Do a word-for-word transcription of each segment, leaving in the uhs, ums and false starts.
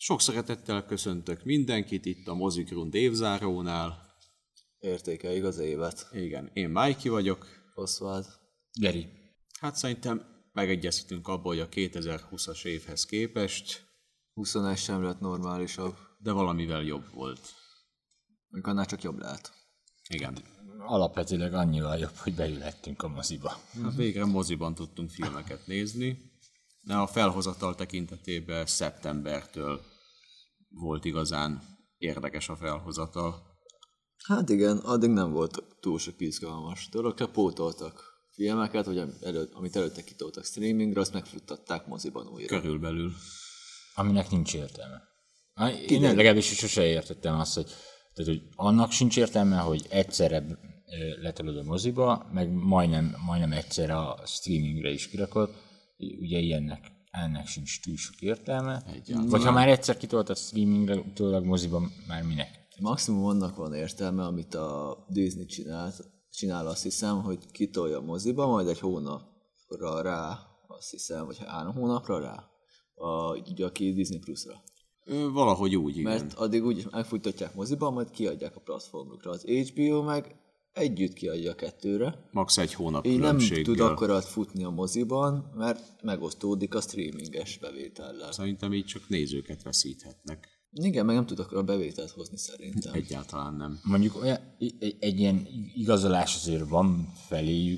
Sok szeretettel köszöntök mindenkit itt a Mozigrund évzárónál. Értékeljük az évet. Igen, én Mikey vagyok. Oswald. Geri. Hát szerintem megegyezhetünk abban, hogy a kétezer-húszas évhez képest huszonegy sem lett normálisabb. De valamivel jobb volt. Még annál csak jobb lehet. Igen. Alapvetőleg annyival jobb, hogy beülhettünk a moziba. Hát végre moziban tudtunk filmeket nézni, de a felhozatal tekintetében szeptembertől volt igazán érdekes a felhozatal. Hát igen, addig nem volt túl sok izgalmas dolog, pótoltak filmeket, vagy előtt, amit előtte kitoltak streamingre, azt megfuttatták moziban újra. Körülbelül. Aminek nincs értelme. Én legalábbis sose értettem azt, hogy, tehát, hogy annak sincs értelme, hogy egyszerre letolod a moziba, meg majdnem, majdnem egyszer a streamingre is kirakod. Ugye ilyennek, ennek sincs túl sok értelme. Egyáltalán. Vagy ha már egyszer kitoltad streamingre, utólag moziban, már minek? Maximum annak van értelme, amit a Disney csinált, csinál, azt hiszem, hogy kitolja a moziba, majd egy hónapra rá, azt hiszem, vagy három hónapra rá, a, ugye aki Disney Plus-ra. Valahogy úgy, igen. Mert addig úgy megfuttatják moziba, majd kiadják a platformokra. Az há bé o meg együtt kiadja a kettőre. Max egy hónap így különbséggel. Nem tud akkorat futni a moziban, mert megosztódik a streaminges bevétellel. Szerintem így csak nézőket veszíthetnek. Igen, meg nem tud akkor a bevételt hozni szerintem. Egyáltalán nem. Mondjuk olyan, egy, egy ilyen igazolás azért van feléjük,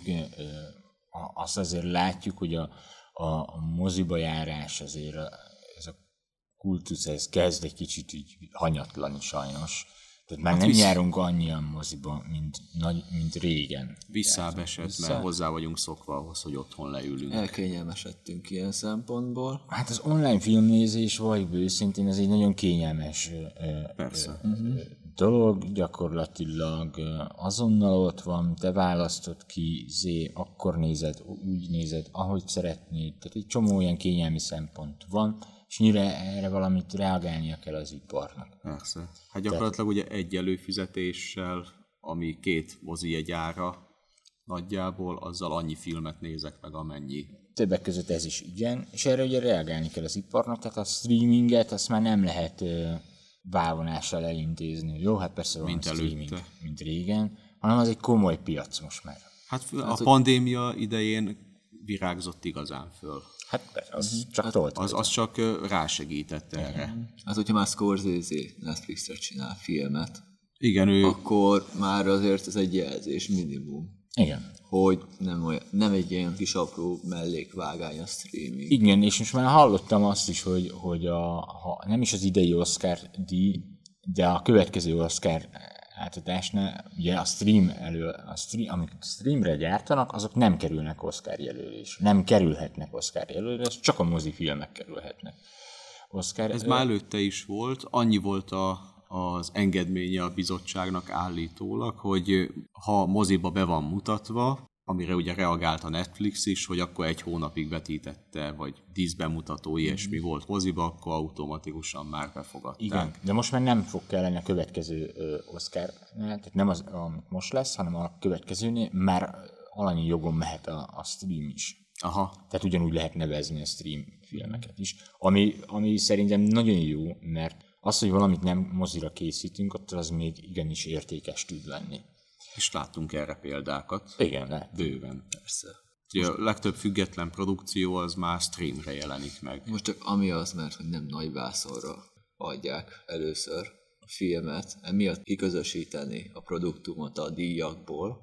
azt azért látjuk, hogy a, a, a moziba járás azért ez a kultusz, ez kezd egy kicsit így hanyatlani sajnos. Tehát már hát nem visz... járunk annyian moziba, mint, nagy, mint régen. Visszább esett, Vissza... mert hozzá vagyunk szokva ahhoz, hogy otthon leülünk. Elkényelmesedtünk ilyen szempontból. Hát az online filmnézés, vagy őszintén, ez egy nagyon kényelmes Persze. Ö, ö, dolog. Gyakorlatilag azonnal ott van, te választod ki, zé, akkor nézed, úgy nézed, ahogy szeretnéd. Tehát egy csomó olyan kényelmi szempont van, és nyire erre valamit reagálnia kell az iparnak. Persze. Hát gyakorlatilag ugye egy előfizetéssel, ami két mozijegyára nagyjából, azzal annyi filmet nézek meg, amennyi. Többek között ez is igen, és erre ugye reagálni kell az iparnak, tehát a streaminget azt már nem lehet uh, válvonással elintézni. Jó, hát persze van mint a streaming, előtte. Mint régen, hanem az egy komoly piac most már. Hát a hát, pandémia idején virágzott igazán föl. Hát az uh-huh. csak tolt. Az, az csak rásegített erre. Hát, hogyha már Scorsese Netflixre csinál filmet, igen, ő... akkor már azért ez egy jelzés minimum. Igen. Hogy nem, olyan, nem egy ilyen kis apró mellékvágány a streaming. Igen, és most már hallottam azt is, hogy, hogy a, ha nem is az idei Oscar díj, de a következő Oscar átadásnál, ugye a stream elő, a stream, amiket streamre gyártanak, azok nem kerülnek Oscar jelölésre. Nem kerülhetnek Oscar jelölésre, csak a mozifilmek kerülhetnek Oscar. Ez már előtte is volt, annyi volt a, az engedménye a bizottságnak állítólag, hogy ha moziba be van mutatva, amire ugye reagált a Netflix is, hogy akkor egy hónapig vetítette, vagy díszbemutató, ilyesmi mm-hmm. volt moziba, akkor automatikusan már befogadták. Igen, de most már nem fog kellene a következő uh, Oscar, tehát nem az, amit most lesz, hanem a következőnél már alanyi jogon mehet a, a stream is. Aha. Tehát ugyanúgy lehet nevezni a stream filmeket is, ami, ami szerintem nagyon jó, mert az, hogy valamit nem mozira készítünk, ott az még igenis értékes tud lenni. És láttunk erre példákat. Igen, lehet. Bőven. Persze. Ugye a legtöbb független produkció az már streamre jelenik meg. Most csak ami az, mert hogy nem nagy vászonra adják először a filmet, emiatt kiközösíteni a produktumot a díjakból,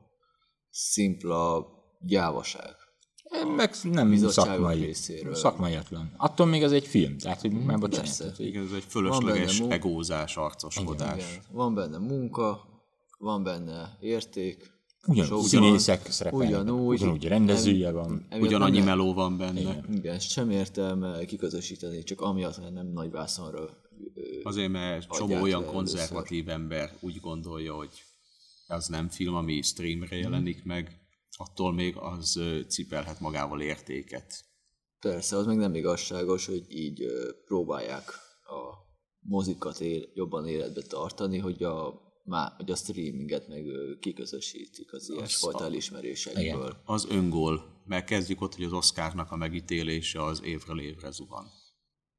szimpla gyávaság. Meg nem szakmai, szakmaiatlan. Attól még az egy film, tehát hogy már bocsánat. Tehát, igen, ez egy fölösleges mun- egózás, arcoskodás. Igen, igen. Van benne munka, van benne érték. Ugyanúgy színészek szerepelnek, ugyanúgy, ugyanúgy rendezője van. Ugyanannyi meló van benne. Igen, igen, sem értelme kiközösíteni, csak amiatt, hogy nem nagy vászonra. Azért, mert csomó olyan konzervatív ember úgy gondolja, hogy az nem film, ami streamre jelenik hmm. meg, attól még az cipelhet magával értéket. Persze, az meg nem igazságos, hogy így próbálják a mozikat él, jobban életbe tartani, hogy a Már, hogy a streaminget meg kiközösítik az ilyesfajta elismerésekből. Az öngól, mert kezdjük ott, hogy az Oscarnak a megítélése az évről évre zuhan.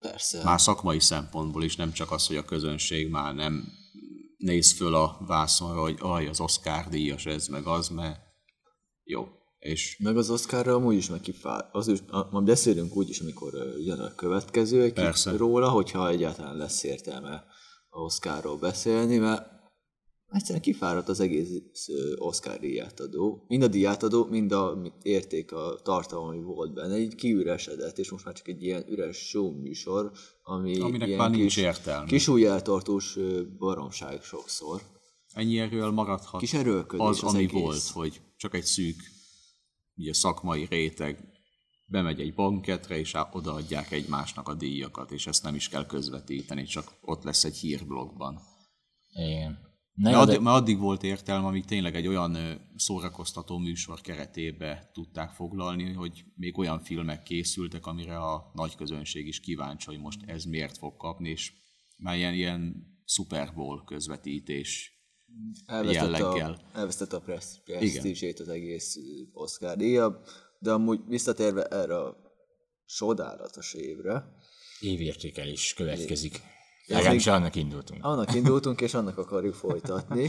Persze. Már szakmai szempontból is, nem csak az, hogy a közönség már nem néz föl a vászonra, hogy aj, az Oscar díjas ez, meg az, mert jó. És meg az Oscarra amúgy is meg kifár. Az is, majd beszélünk úgy is, amikor jön a következő egy róla, hogyha egyáltalán lesz értelme a Oscarról beszélni, mert egyszerűen kifáradt az egész Oscar díjátadó. Mind a díjátadó, mind a érték, a tartalom, ami volt benne, így kiüresedett, és most már csak egy ilyen üres show műsor, ami aminek ilyen már nincs kis, értelme. Kis újjeltartós baromság sokszor. Ennyi erővel maradhat kis erőlködés az, az ami egész. volt, hogy csak egy szűk ugye, szakmai réteg bemegy egy banketre, és odaadják egymásnak a díjakat, és ezt nem is kell közvetíteni, csak ott lesz egy hírblogban. Igen. Mert addig, de... addig volt értelme, amíg tényleg egy olyan szórakoztató műsor keretébe tudták foglalni, hogy még olyan filmek készültek, amire a nagy közönség is kíváncsi, hogy most ez miért fog kapni, és már ilyen, ilyen Super Bowl közvetítés elvesztett jelleggel. A, elvesztett a presztízsét az egész Oscar díja, de amúgy visszatérve erre a csodálatos évre. Évértékelés következik. Legalábbis annak indultunk. Annak indultunk, és annak akarjuk folytatni.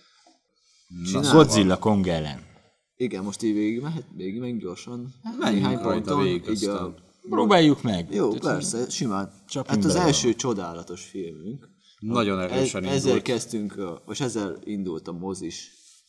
Na, Godzilla Kong ellen. Igen, most így végig mehet, végig meg gyorsan. Menjünk rajta végig, így a... Próbáljuk meg. Jó, Tehát persze, simán. Hát az első csodálatos filmünk. Nagyon erősen ez, ezzel kezdtünk, vagy ezzel indult a mozis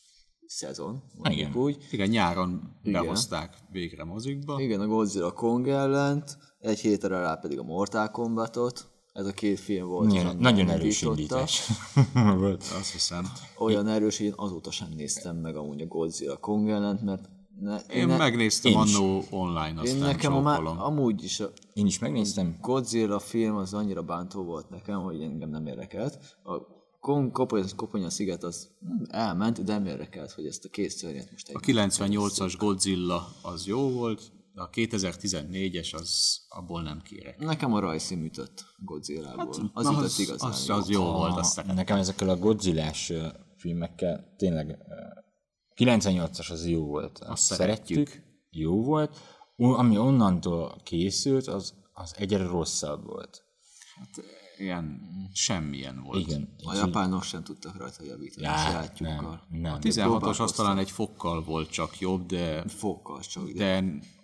szezon. Igen. Úgy. Igen, nyáron Igen. behozták végre mozikba. Igen, a Godzilla Kong ellent, egy hétre rá pedig a Mortal Kombatot. Ez a két film volt. Igen, nagyon erős indítás volt. Azt hiszem. Olyan erős, hogy én azóta sem néztem meg amúgy a Godzilla Kong ellent, mert ne, én ne, megnéztem én annó online, aztán én nekem már amúgy is a én is megnéztem. Godzilla film az annyira bántó volt nekem, hogy engem nem érdekelt. A Kong Koponya, Koponya sziget az elment, de nem érdekelt, hogy ezt a két szörnyet most egy... A kilencvennyolcas Godzilla az jó volt, de a kétezer-tizennégyes az abból nem kérek. Nekem a rajzszín ütött Godzillából. Hát, az na, ütött az, igazán az, jó. Az jó a, volt. Azt nekem ezekkel a Godzillás filmekkel tényleg kilencvennyolcas az jó volt. Azt, azt szerettük. szerettük. Jó volt. Ami onnantól készült, az, az egyre rosszabb volt. Hát ilyen semmilyen volt. Igen. A japánok sem tudtak rajta javítani. Já, nem, nem. A tizenhatos az talán egy fokkal volt csak jobb, de... Fokkal csak. De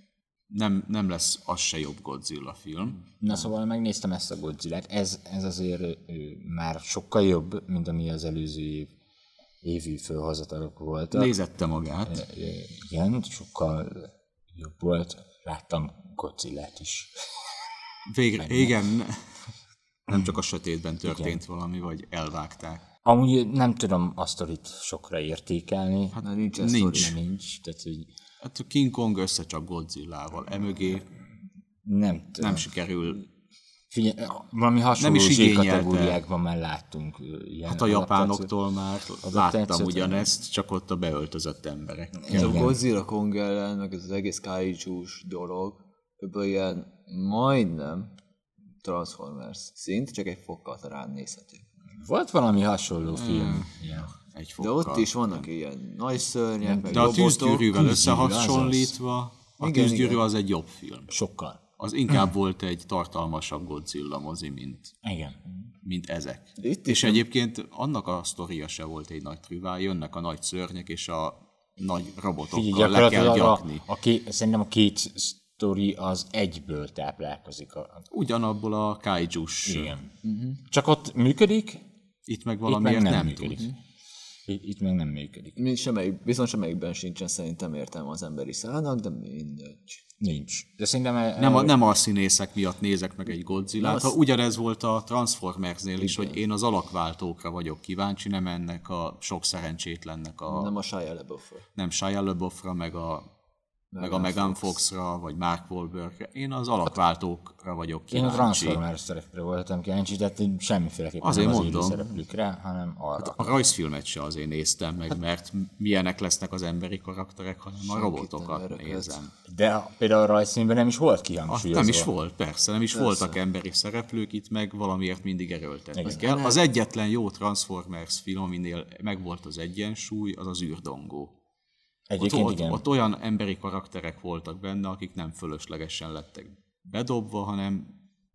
nem, nem lesz az se jobb Godzilla film. Na szóval megnéztem ezt a Godzillát. Ez, ez azért ő, már sokkal jobb, mint ami az előző év, évi fölhozatalok voltak. Nézette magát. E, igen, sokkal jobb volt. Láttam Godzillát is. Végre, igen. Nem csak a sötétben történt igen. valami, vagy elvágták. Amúgy nem tudom a sztorit sokra értékelni. Hát nincs. Nincs. nincs. Tehát, hogy hát King Kong összecsap Godzillával. Emögé nem, nem sikerül. Figyelj, valami hasonló Z-kategóriákban már láttunk ilyen. Hát a japánoktól már láttam ugyanezt, csak ott a beöltözött emberek. Ez a Godzilla Kong ellen, meg ez az egész kaiju-s dolog, ebből ilyen majdnem Transformers szint, csak egy fokkal talán nézhető. Volt valami hasonló film. Hmm. Yeah. Egy de ott is vannak ilyen nagy szörnyek, meg de a tűzgyűrűvel összehasonlítva, a igen, tűzgyűrű igen. az egy jobb film. Sokkal. Az inkább volt egy tartalmasabb Godzilla mozi, mint, igen. mint ezek. Itt és egyébként annak a sztoria se volt egy nagy trivál, jönnek a nagy szörnyek, és a nagy robotokkal Figyelj, le kell gyakni. A, a ké, szerintem a két sztori az egyből táplálkozik. A... Ugyanabból a kaijus. Igen. Uh-huh. Csak ott működik, itt meg valamiért itt meg nem, nem működik. tud. Itt, itt meg nem működik. Mi semmelyik, viszont semmelyikben sincsen szerintem értelme az emberi szállnak, de mindegy. Nincs. De szerintem... El... Nem, a, nem a színészek miatt nézek meg egy Godzillát. Ha ugyanez volt a Transformersnél is, hogy én az alakváltókra vagyok kíváncsi, nem ennek a sok szerencsétlennek a... Nem a Shia LaBeoufra. Nem Shia LaBeoufra, meg a... meg a Megan Foxra, vagy Mark Wahlbergre. Én az alakváltókra vagyok kíváncsi. Én a Transformers szerepre voltam kíváncsi, tehát semmiféleképpen azért nem az mondom. szereplőkre, hanem arra. Hát a rajzfilmet se azért néztem meg, mert milyenek lesznek az emberi karakterek, hanem a robotokat nézem. De a, például a rajzfilmben nem is volt kihangsúlyozva. Nem is volt, persze, nem is persze. voltak emberi szereplők, itt meg valamiért mindig erőltetni kell. Az egyetlen jó Transformers film, aminél megvolt az egyensúly, az az űrdongó. Ott, ott, ott olyan emberi karakterek voltak benne, akik nem fölöslegesen lettek bedobva, hanem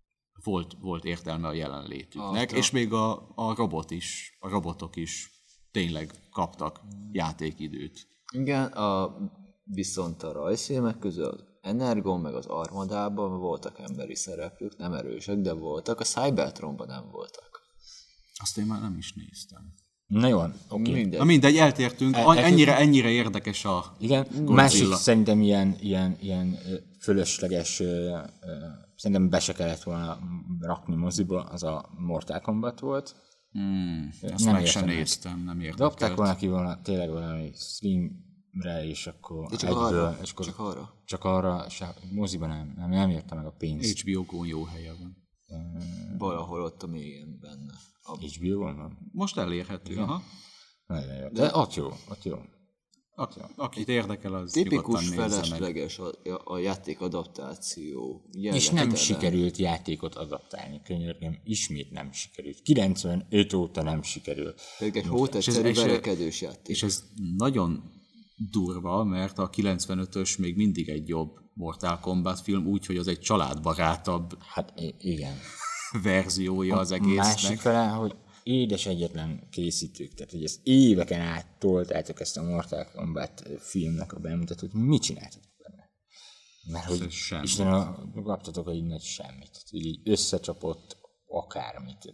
volt, volt értelme a jelenlétüknek, Ah, és még a, a robot is, a robotok is tényleg kaptak játékidőt. Igen, a, viszont a rajzfilmek közül az Energon meg az Armadában voltak emberi szereplők, nem erősek, de voltak. A Cybertronban nem voltak. Azt én már nem is néztem. Na jó, oké. Okay. Mindegy. Na mindegy, eltértünk. El- Ennyire, ennyire érdekes a Igen, másik szerintem ilyen, ilyen, ilyen ö, fölösleges, ö, ö, szerintem be se kellett volna rakni moziba, az a Mortal Kombat volt. Hmm, azt Nem meg sem értem meg. néztem, nem Dobták érdekelt. volna ki volna tényleg valami streamre, és akkor De csak egyből, arra, és akkor csak arra. csak arra, és a moziba nem, nem, nem érte meg a pénzt. há bé ó-kon jó helye van. Valahol ott a mélyen benne. A... há bé ó-on van? Most elérhető, aha. Nagyon jó. De ott jó, ott jó. Aki, akit érdekel, az Tipikus nyugodtan nézze meg. felesleges a, a játék adaptáció. És nem Jellegtelen. sikerült játékot adaptálni, könyörgöm, ismét nem sikerült. kilencvenöt óta nem sikerült. Pedig egy És ez- hótetszerű és ez- verekedős játék. És ez nagyon durva, mert a kilencvenötös még mindig egy jobb Mortal Kombat film, úgyhogy az egy családbarátabb Hát i- igen. verziója az Másik egésznek. fele, hogy édes egyetlen készítők, tehát hogy ezt éveken át toltátok ezt a Mortal Kombat filmnek a bemutatót, mit csináltatok benne? Mert hogy semmi. Istenem, kaptatok egy nagy semmit, tehát, hogy így összecsapott akármit.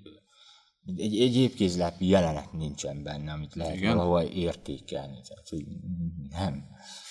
Egy, egy épkézlápi jelenet nincsen benne, amit lehet Igen. valahol értékelni. Tehát, hogy nem.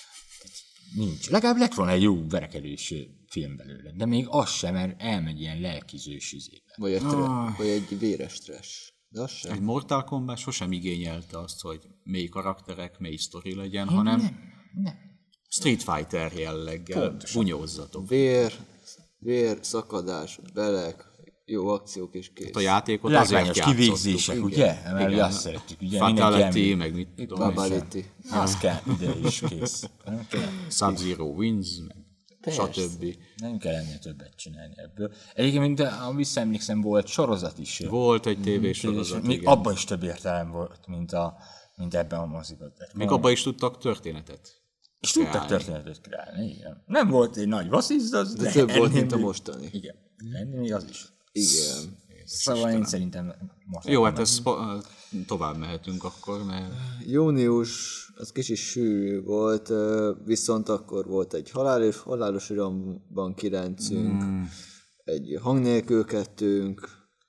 Nincs. Legalább lett volna egy jó verekedős film belőle, de még az sem, mert elmegy ilyen lelkizős izébe. Vagy egy, tre- vagy egy véres trash. De az sem. Egy Mortal Kombat sosem igényelte azt, hogy mély karakterek, mély sztori legyen, hanem Nem, nem. Street Fighter jelleggel bunyózzatok. Vér, vér, szakadás, belek, jó akciók és kész. A játékot azért Látványos játszottuk. kivégzések, ugye? Mert ugye azt szeretjük, ugye? Mindenki Fatality, elmegy. meg mit tudom én. Babality. Az kell, ide is kész. Nem kell, Sub-Zero wins, meg stb. nem kell ennél többet csinálni ebből. Egyébként, de ha visszaemlékszem, volt sorozat is. Volt egy tévésorozat, Még igen. abban is több értelem volt, mint, a, mint ebben a moziban. Tehát Még van- abban is tudtak történetet. És tudtak kreálni. történetet kreálni, igen. Nem volt egy nagy vasszizd, az, De több volt, ennél mint a még- mostani. Igen, ennél még az is. Igen. Szóval én szerintem most Jó, hát ezt spo- tovább mehetünk akkor, mert Június, az kicsit sűrű volt, ö, viszont akkor volt egy halálos, halálos iramban kilencünk, Hmm. egy hang nélkül kettőnk,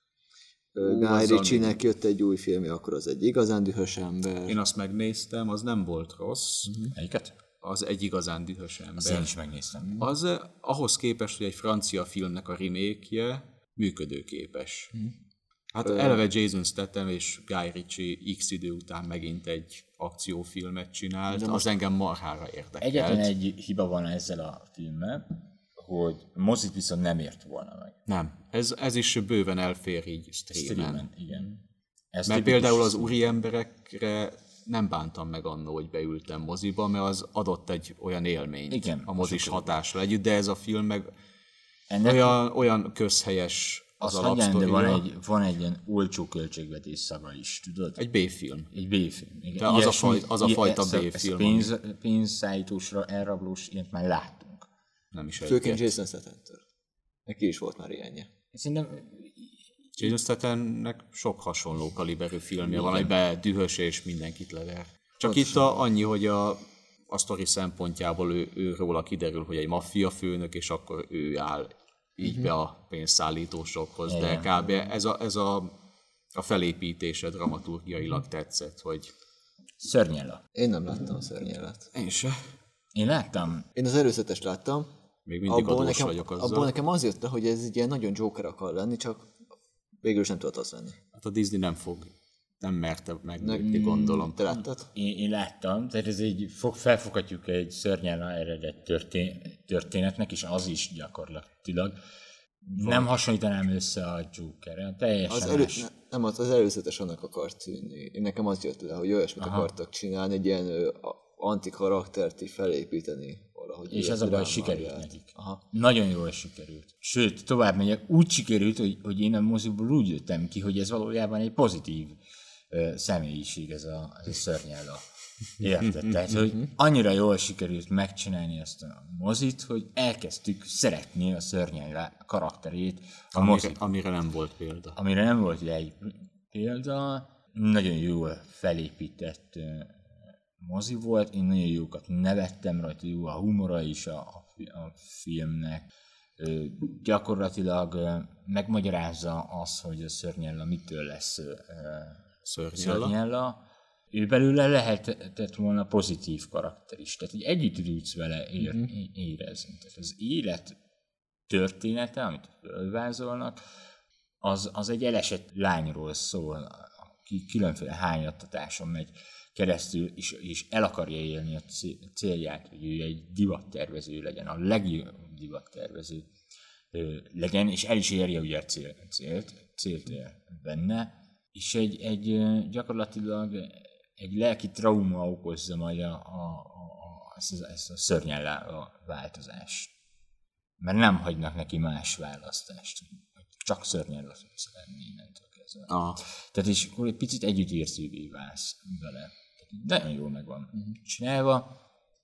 Guy az Ritchie-nek jött egy új filmje, akkor az egy igazán dühös ember. én azt megnéztem, az nem volt rossz, Melyiket? az egy igazán dühös Azt én ember. is megnéztem. Az eh, ahhoz képest, hogy egy francia filmnek a remake-je működőképes. Hát eleve Jason Statham és Guy Ritchie x idő után megint egy akciófilmet csinált, az engem marhára érdekelt. Egyetlen egy hiba van ezzel a filmmel, hogy mozit viszont nem ért volna meg. Nem, ez, ez is bőven elfér így streamen. Streamen, igen. Ez Mert tipikus például az úri emberekre nem bántam meg annó, hogy beültem moziba, mert az adott egy olyan élményt Igen, a mozis hatással együtt, de ez a film meg Ennek olyan, olyan közhelyes az, az az hagyján, de van alapsztoria. egy, van egy ilyen olcsó költségvetés szaga is, tudod? Egy B-film. Egy B-film. Igen. De az a Ilyesmi- faj- az a ilyen- fajta ez a- B-film, ez Pénz, pénzszállítósra, elrablós, ilyet már láttunk. Nem is Főként egyet. Jason Statham-től. Neki is volt már ilyenje. Szerintem Jason Stathamnek sok hasonló kaliberű filmje van, amiben dühös és mindenkit lever. Csak itt a, annyi, hogy a, a sztori szempontjából ő, ő róla kiderül, hogy egy maffia főnök, és akkor ő áll így be a pénzszállítósokhoz, de kb. ez a, ez a, a felépítése dramaturgiailag tetszett, hogy szörnyella. Én nem láttam a szörnyelet. én se. Én láttam, Én az előzetest láttam. Még mindig adós nekem, vagyok azzal. abból nekem az jött le, hogy ez egy ilyen nagyon Joker akar lenni, csak végül is nem tudott az lenni. Hát a Disney nem fog, nem merte meglépni, gondolom. Te láttad? én, én láttam, tehát ez egy, fog, felfoghatjuk egy szörnyella eredet történ, történetnek, és az is gyakorlatilag. Nem hasonlítanám össze a Jokerrel, teljesen Az elő, más. ne- nem, az, az előzetes annak akart tűnni. Én nekem az jött le, hogy olyasmit Aha. akartak csinálni, egy ilyen ö, a- antikaraktert így felépíteni valahogy. És ilyen ez a baj, drámát. sikerült nekik. Aha. Nagyon jól sikerült. Sőt, tovább megyek, úgy sikerült, hogy, hogy én a moziból úgy jöttem ki, hogy ez valójában egy pozitív uh, személyiség, ez a, ez a szörnyella. Érted? Tehát, hogy annyira jól sikerült megcsinálni ezt a mozit, hogy elkezdtük szeretni a szörnyen karakterét a amire, mozit. amire nem volt példa. Amire nem volt egy példa, nagyon jól felépített mozi volt, én nagyon jókat nevettem rajta, jó a humora is a, a filmnek. Gyakorlatilag megmagyarázza azt, hogy a Szörnyella mitől lesz Szörnyella. Szörnyella. Ő belőle lehetett volna pozitív karakter is. Tehát így együtt tudsz vele ér, uh-huh. érezni. Tehát az élet története, amit fölvázolnak, az, az egy elesett lányról szól, aki különféle hányattatáson megy keresztül, és, és el akarja élni a célját, hogy ő egy divattervező legyen, a legjobb divattervező legyen, és el is érje ugye a cél, célt, célt ér benne, és egy, egy gyakorlatilag egy lelki trauma okozza majd a, a, a, ezt, a, ezt a szörnyellá a változást. Mert nem hagynak neki más választást. Csak szörnyellá tudsz lenni innentől kezdve. Ah. Tehát és akkor egy picit együtt érzővé válsz vele. Nagyon jól meg van uh-huh. csinálva.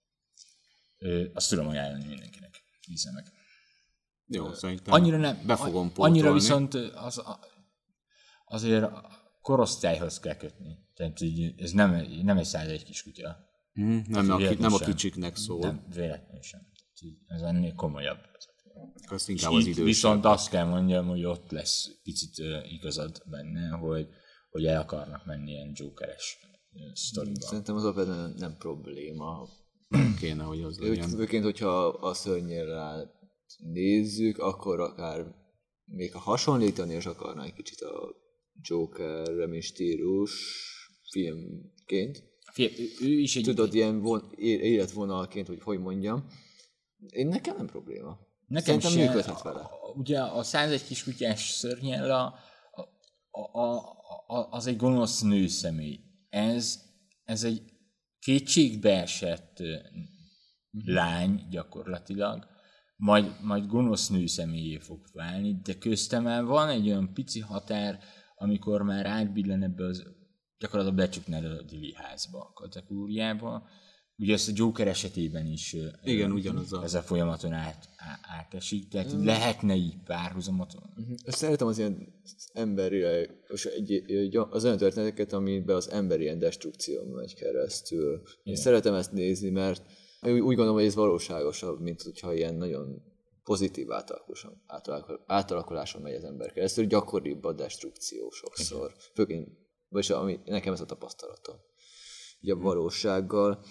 Ö, azt tudom ajánlani mindenkinek. Nézze meg. Jó, szerintem annyira nem, be fogom pótolni. Annyira viszont az, azért korosztályhoz kell kötni. Tehát így, ez nem, nem egy száz egy kis kutya. Mm, nem, a, nem a kicsiknek szól. Nem, véletlenül sem. Ez ennél komolyabb. Az inkább az idősebb. Viszont azt kell mondjam, hogy ott lesz picit uh, igazad benne, hogy, hogy el akarnak menni ilyen Jokeres uh, sztoriba. Szerintem az alapvetően nem probléma. Nem kéne, hogy az legyen. Főként, hogyha a Szörnyellát nézzük, akkor akár még ha hasonlítani is akarná egy kicsit a Joker-re stílus filmként. Fél, ő is egy... Tudod, ilyen von, életvonalként, hogy hogy mondjam. Én nekem nem probléma. Nekem Szerintem működhet vele. A, ugye a százegy kiskutyás Szörnyella a, a, a, a, az egy gonosz nőszemély. Ez, ez egy kétségbeesett lány gyakorlatilag, majd, majd gonosz nőszemélyé fog válni, de köztem már van egy olyan pici határ, amikor már átbillen ebbe az gyakorlatilag becsuknád a Dili házba kategóriába. Ugye ezt a Joker esetében is igen, ugyanaz a... ez a folyamaton át, átesik, tehát mm. lehetne így párhuzamot. Mm-hmm. Szeretem az ilyen emberi, az olyan történeteket, amiben az ember ilyen destrukción megy keresztül. Én yeah. szeretem ezt nézni, mert úgy gondolom, hogy ez valóságosabb, mint hogyha ilyen nagyon pozitív átalakuláson, átalakuláson megy az ember keresztül, gyakoribb a destrukció sokszor. Főként, vagyis ami, nekem ez a tapasztalatom. Ugye a valósággal.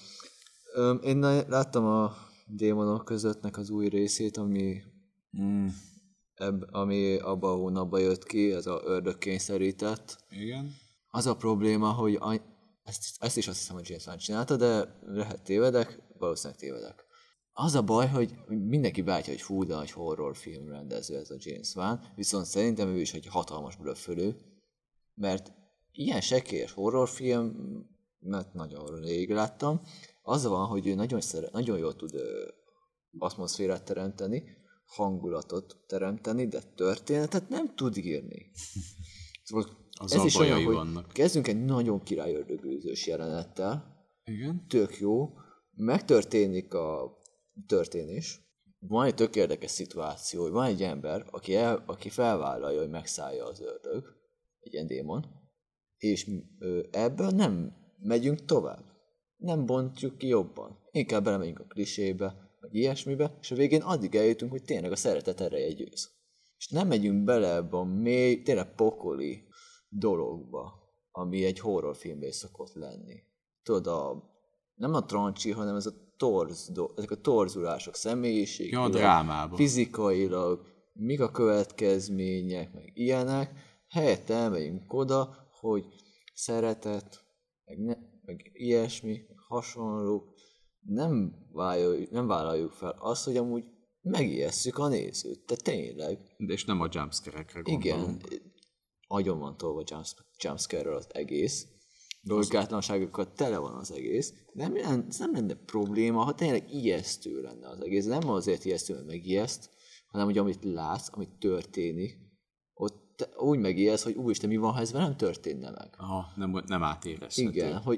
Én láttam a Démonok közöttnek az új részét, ami, mm. ebb, ami abban a hónapban jött ki, ez a Ördög kényszerített. Igen. Az a probléma, hogy a, ezt, ezt is azt hiszem, hogy James Wan csinálta, de lehet tévedek, valószínűleg tévedek. Az a baj, hogy mindenki bátja, hogy hú, de nagy horrorfilm rendező ez a James Wan, viszont szerintem ő is egy hatalmas blöffölő, mert ilyen sekélyes horrorfilm, mert nagyon rég láttam, az van, hogy ő nagyon, szeret, nagyon jól tud ö, atmoszférát teremteni, hangulatot teremteni, de történetet nem tud írni. Szóval ez is olyan, hogy vannak. Kezdünk egy nagyon király ördögűzős jelenettel, igen. Tök jó, megtörténik a történés, van egy tök érdekes szituáció, hogy van egy ember, aki, el, aki felvállalja, hogy megszállja az ördög, egy ilyen démon, és ö, ebből nem megyünk tovább. Nem bontjuk ki jobban. Inkább belemegyünk a klisébe, vagy ilyesmibe, és a végén addig eljutunk, hogy tényleg a szeretet ereje győz. És nem megyünk bele ebbe a mély, tényleg pokoli dologba, ami egy horrorfilmben szokott lenni. Tudod, a, nem a trancsi, hanem ez a torz, ezek a torzulások, személyiség, ja, a drámában. Fizikailag, mik a következmények, meg ilyenek, helyett elmegyünk oda, hogy szeretet, meg, ne, meg ilyesmi, hasonlók, nem vállaljuk, nem vállaljuk fel azt, hogy amúgy megijesszük a nézőt, de tényleg. De és nem a jumpscare-ekre gondolunk. Igen, agyon van tolva jumpscare-ről az egész, dolgátlanságokkal tele van az egész, nem, ez nem lenne probléma, ha tényleg ijesztő lenne az egész, nem azért ijesztő, mert megijeszt, hanem hogy amit látsz, amit történik, ott úgy megijeszt, hogy úristen, mi van, ha ez velem történne meg. Aha, nem, nem átérezhető. Igen, hogy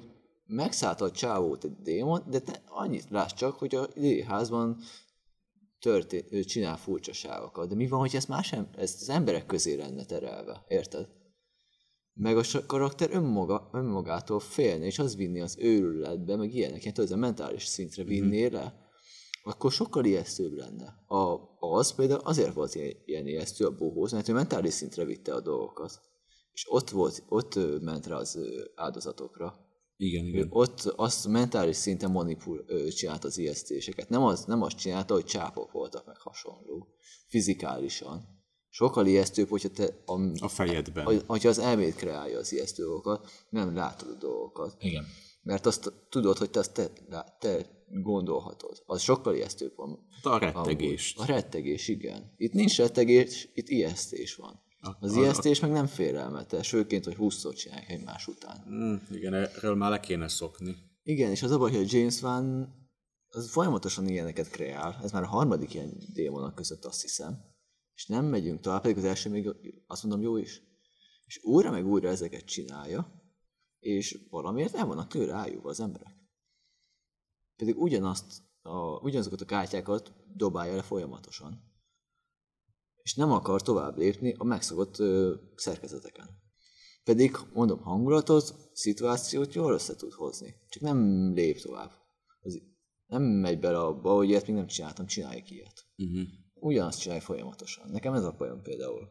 megszállta a csávót egy démon, de te annyit látsz csak, hogy a házban történ- ő csinál furcsaságokat. De mi van, hogy ezt, más em- ezt az emberek közé lenne terelve, érted? Meg a karakter önmaga, önmagától félne, és az vinni az őrületbe, meg ilyenek, ilyen tudod, a mentális szintre vinné mm-hmm. le, akkor sokkal ijesztőbb lenne. A, az például azért volt ilyen, ilyen ijesztő a bohóz, mert ő mentális szintre vitte a dolgokat. És ott volt, ott ment rá az áldozatokra. Igen, igen. Ott azt mentális szinten manipul csinált az ijesztéseket. Nem, az, nem azt csinálta, hogy csápok voltak, meg hasonló. Fizikálisan. Sokkal ijesztőbb, hogyha te a, a fejedben. A, hogyha az elméd kreálja az ijesztő dolgokat, nem látod a dolgokat. Igen. Mert azt tudod, hogy te azt te, te gondolhatod. Az sokkal ijesztőbb van. A rettegés. A rettegés, igen. Itt nincs rettegés, itt ijesztés van. Az ijesztés meg nem félelmetes, főként, hogy húszszor csinálják egymás után. Mm, igen, erről már le kéne szokni. Igen, és az a baj, hogy James Wan az folyamatosan ilyeneket kreál. Ez már a harmadik ilyen démonok között, azt hiszem. És nem megyünk tovább, pedig az első még azt mondom jó is. És újra meg újra ezeket csinálja, és valamiért el vannak tőle ájulva az emberek. Pedig ugyanazt, a, ugyanazokat a kártyákat dobálja le folyamatosan. És nem akar tovább lépni a megszokott ö, szerkezeteken. Pedig, mondom, hangulatot, szituációt jól össze tud hozni. Csak nem lép tovább. Az nem megy bele abba, hogy ilyet még nem csináltam, csináljuk ilyet. Uh-huh. Ugyanazt csinálj folyamatosan. Nekem ez a bajom például.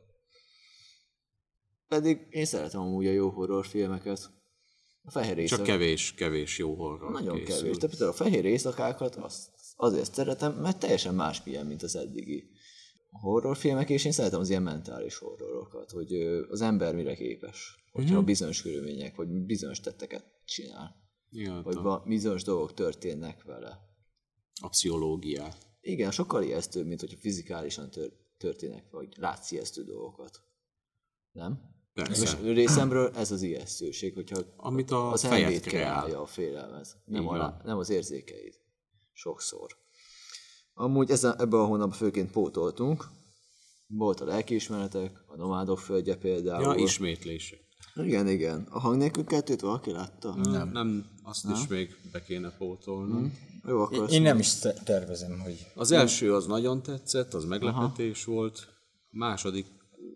Pedig én szeretem amúgy a jó horrorfilmeket. A fehér éjszak... Csak kevés, kevés jó horror Nagyon készül. kevés. De például a fehér éjszakákat azt azért szeretem, mert teljesen más ilyen, mint az eddigi horrorfilmek, és én szeretem az ilyen mentális horrorokat, hogy az ember mire képes, hogyha mm-hmm. bizonyos körülmények, vagy bizonyos tetteket csinál. Igen, vagy a... bizonyos dolgok történnek vele. A pszichológia. Igen, sokkal ijesztőbb, mint hogyha fizikálisan tör- történnek, vagy látsz ijesztő dolgokat. Nem? Persze. Most részemről ez az ijesztőség, hogyha amit a az elmét kreálja a félelmet, nem, a, nem az érzékeid. Sokszor. Amúgy ezen, ebben a hónapban főként pótoltunk. Volt a lelkiismeretek, a nomádok földje például. Ja, ismétlések. Igen, igen. A hang nélkül kettőt valaki látta? Nem, nem azt nem. is még be kéne pótolnom. Hmm. Jó, akkor én, én nem is tervezem, hogy... Az első az nagyon tetszett, az meglepetés Aha. volt. A másodikkal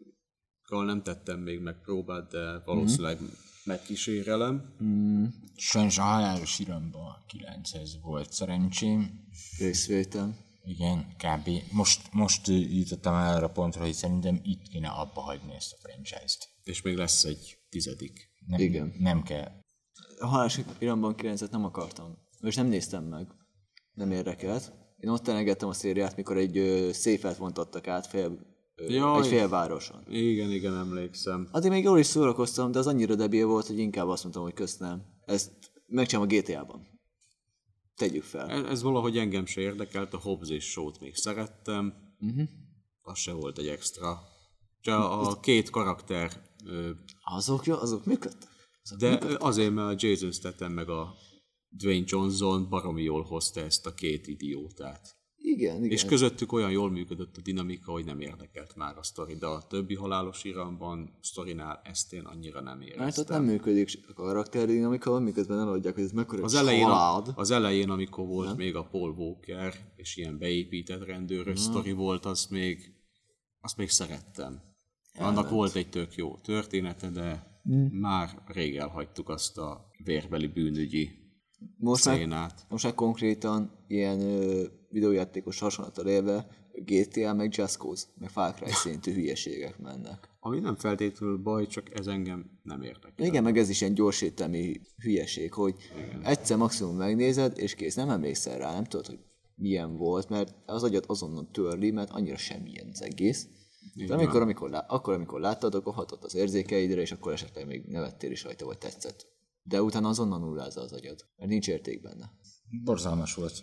nem tettem még meg próbát, de valószínűleg mm. megkísérelem. Mm. Sajnos a halálos iramban kilenchez volt szerencsém. Részvétem. Igen, kb. Most, most jutottam el arra pontra, hogy szerintem itt kéne abba hagyni ezt a franchise-t. És még lesz egy tizedik. Nem, Igen. Nem kell. A halálos iramban kilencet nem akartam. Most nem néztem meg. Nem érdekelt. Én ott elengedtem a szériát, mikor egy ö, széfet vontattak át fél, ö, Jaj, egy félvároson. Igen, igen, emlékszem. Addig még jól is szórakoztam, de az annyira debil volt, hogy inkább azt mondtam, hogy köszönöm. Ezt megcsinálom a gé té á-ban. Tegyük fel. Ez, ez valahogy engem se érdekelt, a Hobbs és Shaw-t még szerettem. Uh-huh. Az se volt egy extra. Csak a két karakter... Ö, azok, jó, azok működtek. Azok de működtek. azért, mert a Jason Statham meg a Dwayne Johnson baromi jól hozta ezt a két idiótát. Igen, igen. És közöttük olyan jól működött a dinamika, hogy nem érdekelt már a sztori, de a többi halálos iramban sztorinál ezt én annyira nem éreztem. Mert ott nem működik a karakterdinamika, miközben eladják, hogy ez mekkora az elején, család. a, az elején, amikor volt nem? még a Paul Walker, és ilyen beépített rendőrös hmm. sztori volt, azt még, azt még szerettem. Elment. Annak volt egy tök jó története, de hmm. már rég elhagytuk azt a vérbeli bűnügyi most szénát. Már, most már konkrétan ilyen ö, videójátékos hasonlattal élve gé té á meg Just Cause, meg Far Cry szintű hülyeségek mennek. Ami nem feltétlenül baj, csak ez engem nem érdekel. Igen, meg ez is ilyen gyorsételmi hülyeség, hogy igen. egyszer maximum megnézed, és kész, nem emlékszel rá, nem tudod, hogy milyen volt, mert az agyat azonnal törli, mert annyira semmilyen az egész. De amikor, amikor, lá- akkor, amikor láttad, akkor hatott az érzékeidre, és akkor esetleg még nevettél is rajta, vagy tetszett. De utána azonnal nullázza az agyad, mert nincs érték benne. Borzalmas volt.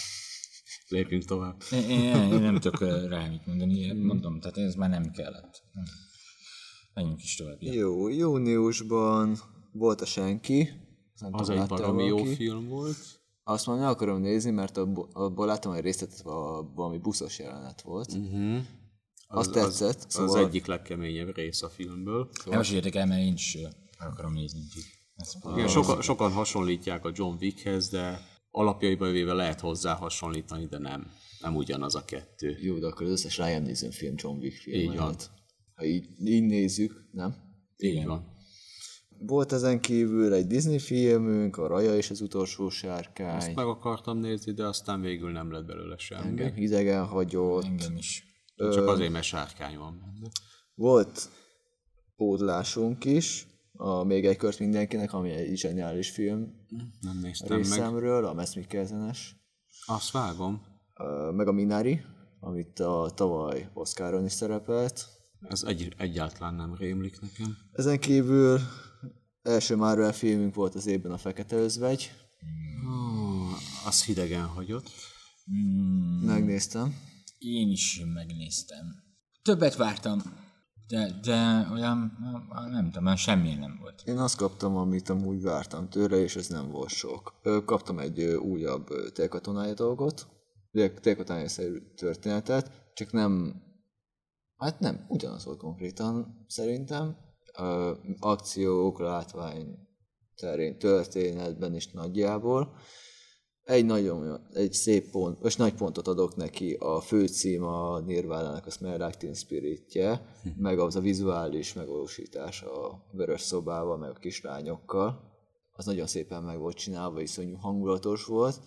Lépjünk tovább. Én, én, én nem tudok rá mit mondani, mondom, tehát ez már nem kellett. Menjünk is tovább. Jó, júniusban volt a Senki. Az egy baromi jó film volt. Azt mondom, nem akarom nézni, mert abból láttam egy részletet, valami buszos jelenet volt. Uh-huh. Az, Azt tetszett. Az, szóval... az egyik legkeményebb rész a filmből. Szóval... Nem most értek el, mert én is akarom nézni. Igen, soka, sokan hasonlítják a John Wickhez, de alapjaiban véve lehet hozzá hasonlítani, de nem. Nem ugyanaz a kettő. Jó, de akkor az összes Liam Neeson film John Wick film. Így van. Ha így, így nézzük, nem? Így van. Volt ezen kívül egy Disney filmünk, a Raya és az utolsó sárkány. Ezt meg akartam nézni, de aztán végül nem lett belőle semmi. Engem hidegen hagyott. Engem is. Csak azért, mert sárkány van benne. Volt pótlásunk is, a Még egy kört mindenkinek, ami egy zseniális film Nem néztem meg. részemről, a Mads Mikkelsenes. Azt vágom. Ö, meg a Minari, amit a tavaly Oscaron is szerepelt. Ez egy, egyáltalán nem rémlik nekem. Ezen kívül első Marvel filmünk volt az évben a Fekete Özvegy. Hmm, az hidegen hagyott. Mm, Megnéztem. én is megnéztem. Többet vártam, de, de olyan, nem tudom, semmi nem volt. Én azt kaptam, amit amúgy vártam tőle, és ez nem volt sok. Ö, Kaptam egy ö, újabb ö, télkatonája dolgot, télkatonája-szerű történetet, csak nem, hát nem, ugyanaz volt konkrétan szerintem. Ö, akciók, látvány terén, történetben is nagyjából. Egy nagyon, egy szép pont, és nagy pontot adok neki, a főcím a Nirvánának a Smell Like Teen Spiritje, meg az a vizuális megvalósítás a vörös szobával, meg a kislányokkal. Az nagyon szépen meg volt csinálva, iszonyú hangulatos volt.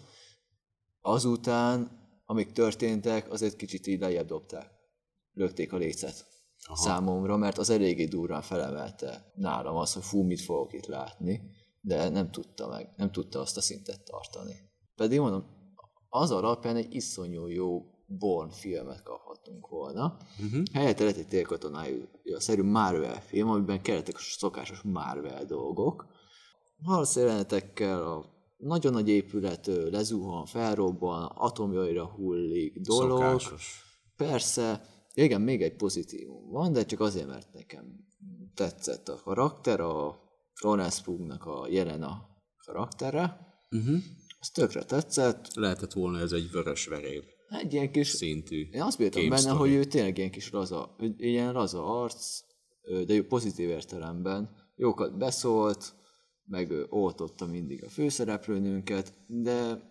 Azután, amik történtek, azért kicsit így lejjebb dobták. Lökték a lécet. Aha. Számomra, mert az eléggé durván felemelte nálam azt, hogy fú, mit fogok itt látni, de nem tudta meg, nem tudta azt a szintet tartani. Pedig mondom, az alapján egy iszonyú jó Bourne filmet kaphattunk volna. Uh-huh. Helyette lett egy télkatonájú-szerű Marvel film, amiben kellettek a szokásos Marvel dolgok. Harcjelenetekkel a nagyon nagy épület lezuhan, felrobban, atomjaira hullik dolog. Szokásos. Persze, igen, még egy pozitívum van, de csak azért, mert nekem tetszett a karakter, a Florence Pugh-nak a Jelena karaktere. Uh-huh. Az tökre tetszett. Lehetett volna ez egy vörös veréb Egy ilyen kis szintű. Én azt bírtam benne, story. hogy ő tényleg ilyen kis laza, ilyen laza arc, de jó pozitív értelemben. Jókat beszólt, meg oltotta mindig a főszereplőnőnket, de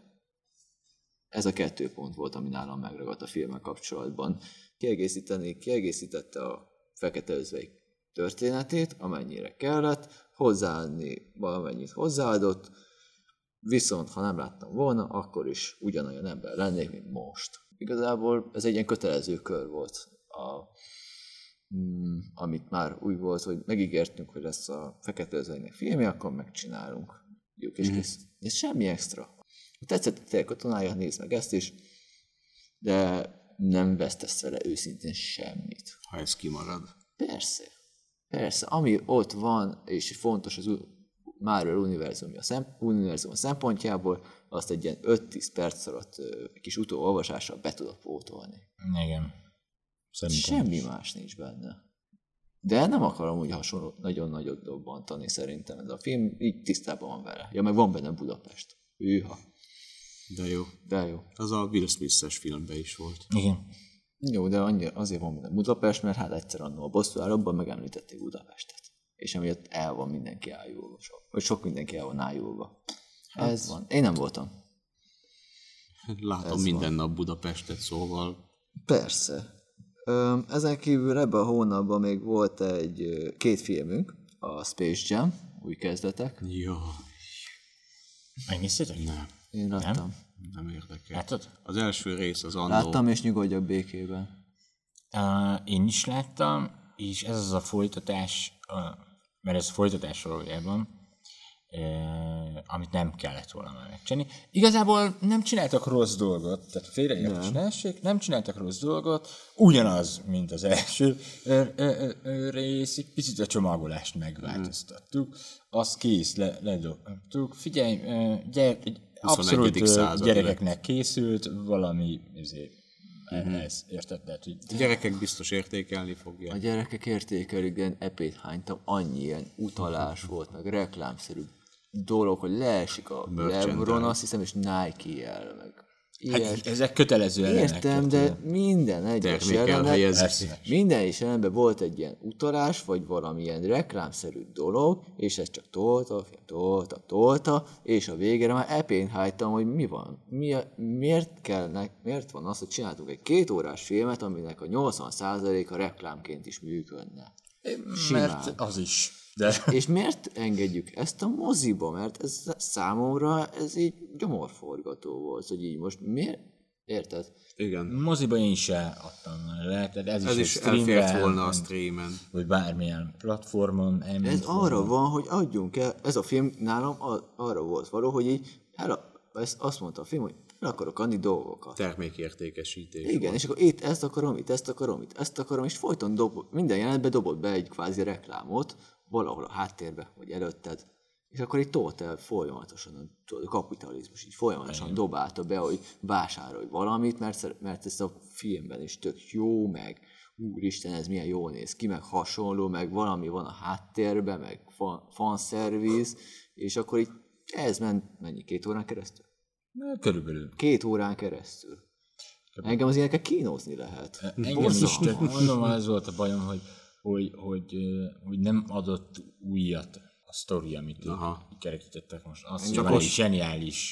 ez a kettő pont volt, ami nálam megragadt a filmmel kapcsolatban. Kiegészíteni, kiegészítette a Fekete Özvegy történetét, amennyire kellett, hozzáadni valamennyit hozzáadott, viszont ha nem láttam volna, akkor is ugyanolyan ember lennék, mint most. Igazából ez egy ilyen kötelező kör volt, a, mm, amit már úgy volt, hogy megígértünk, hogy lesz a Fekete Özvegynek filmje, akkor megcsinálunk. Jó és kész. Mm. Ez semmi extra. Tetszett a télkatonája, nézd meg ezt is, de nem vesztesz vele őszintén semmit. Ha ez kimarad. Persze. Persze. Ami ott van, és fontos az Marvel univerzum a, szemp- univerzum a szempontjából, azt egy ilyen öt-tíz perc alatt egy kis utóolvasással be tudod pótolni. Igen. Szerintem Semmi is. más nincs benne. De nem akarom úgy hasonló, nagyon nagyot dobbantani szerintem. Ez a film így tisztában van vele. Ja, meg van benne Budapest. Hűha. De jó. De jó. Az a Will Smith-es filmben is volt. Igen. Jó, de annyira, azért van benne Budapest, mert hát egyszer annól a bosszúállóban megemlítették Budapestet. És emiatt el van mindenki ájulva. Vagy sok mindenki el van ájulva. Hát, ez van. Én nem voltam. Látom Ez minden van. nap Budapestet, szóval... Persze. Ö, ezen kívül ebben a hónapban még volt egy két filmünk, a Space Jam, új kezdetek. Jó. Megnéztétek? Nem. Én láttam. Nem? Nem érdekel. Látod? Az első rész az annó... Láttam, és nyugodjak békében. Uh, én is láttam, és ez az a folytatás, uh, mert ez folytatás valójában, uh, amit nem kellett volna már megcsinálni. Igazából nem csináltak rossz dolgot, tehát félreértés ne essék, nem csináltak rossz dolgot, ugyanaz, mint az első uh, uh, uh, rész, egy picit a csomagolást megváltoztattuk, azt kész, le, ledobtuk. Figyelj, uh, gyere, egy abszolút uh, gyerekeknek készült, valami ezért, Uh-huh. Ez, érted? Tehát, hogy... A gyerekek biztos értékelni fogják. A gyerekek értékelik, de én epét hánytam, annyi ilyen utalás volt, meg reklámszerű dolog, hogy leesik a Lebron, azt hiszem, és Nike-jel, meg Hát ezek kötelező elemek. Értem, de minden egyes jelenben, minden is jelenben volt egy ilyen utalás, vagy valamilyen reklámszerű dolog, és ez csak tolta, tolta, tolta, és a végére már epén hájtam, hogy mi van. Mi a, miért, kellnek, miért van az, hogy csináltunk egy két órás filmet, aminek a nyolcvan százaléka reklámként is működne. Simán. Mert az is. De... És miért engedjük ezt a moziba? Mert ez számomra ez így gyomorforgató volt, hogy így most miért? Érted? Igen. Moziba én se adtam le, tehát ez, ez is, is elfért volna a streamen. Vagy bármilyen platformon. Ez arra van, hogy adjunk el, ez a film nálam arra volt való, hogy így el, ezt azt mondta a film, hogy el akarok adni dolgokat. Termékértékesítés. Igen, volt. És akkor itt ezt akarom, itt ezt akarom, itt ezt akarom, és folyton dob, minden jelenetben dobott be egy kvázi reklámot, valahol a háttérbe, vagy előtted, és akkor itt tolt el folyamatosan a kapitalizmus, így folyamatosan igen. Dobálta be, hogy vásárolj valamit, mert, mert ez a filmben is tök jó, meg úristen, ez milyen jól néz ki, meg hasonló, meg valami van a háttérben, meg fanszerviz, és akkor így ez ment, mennyi, két órán keresztül? Na, körülbelül. Két órán keresztül. Engem az ilyenekkel kínozni lehet. Engem is, tehát mondom, ez volt a bajom, hogy Hogy, hogy, hogy nem adott újat a sztori, amit kerekítettek most. Az, hogy van egy zseniális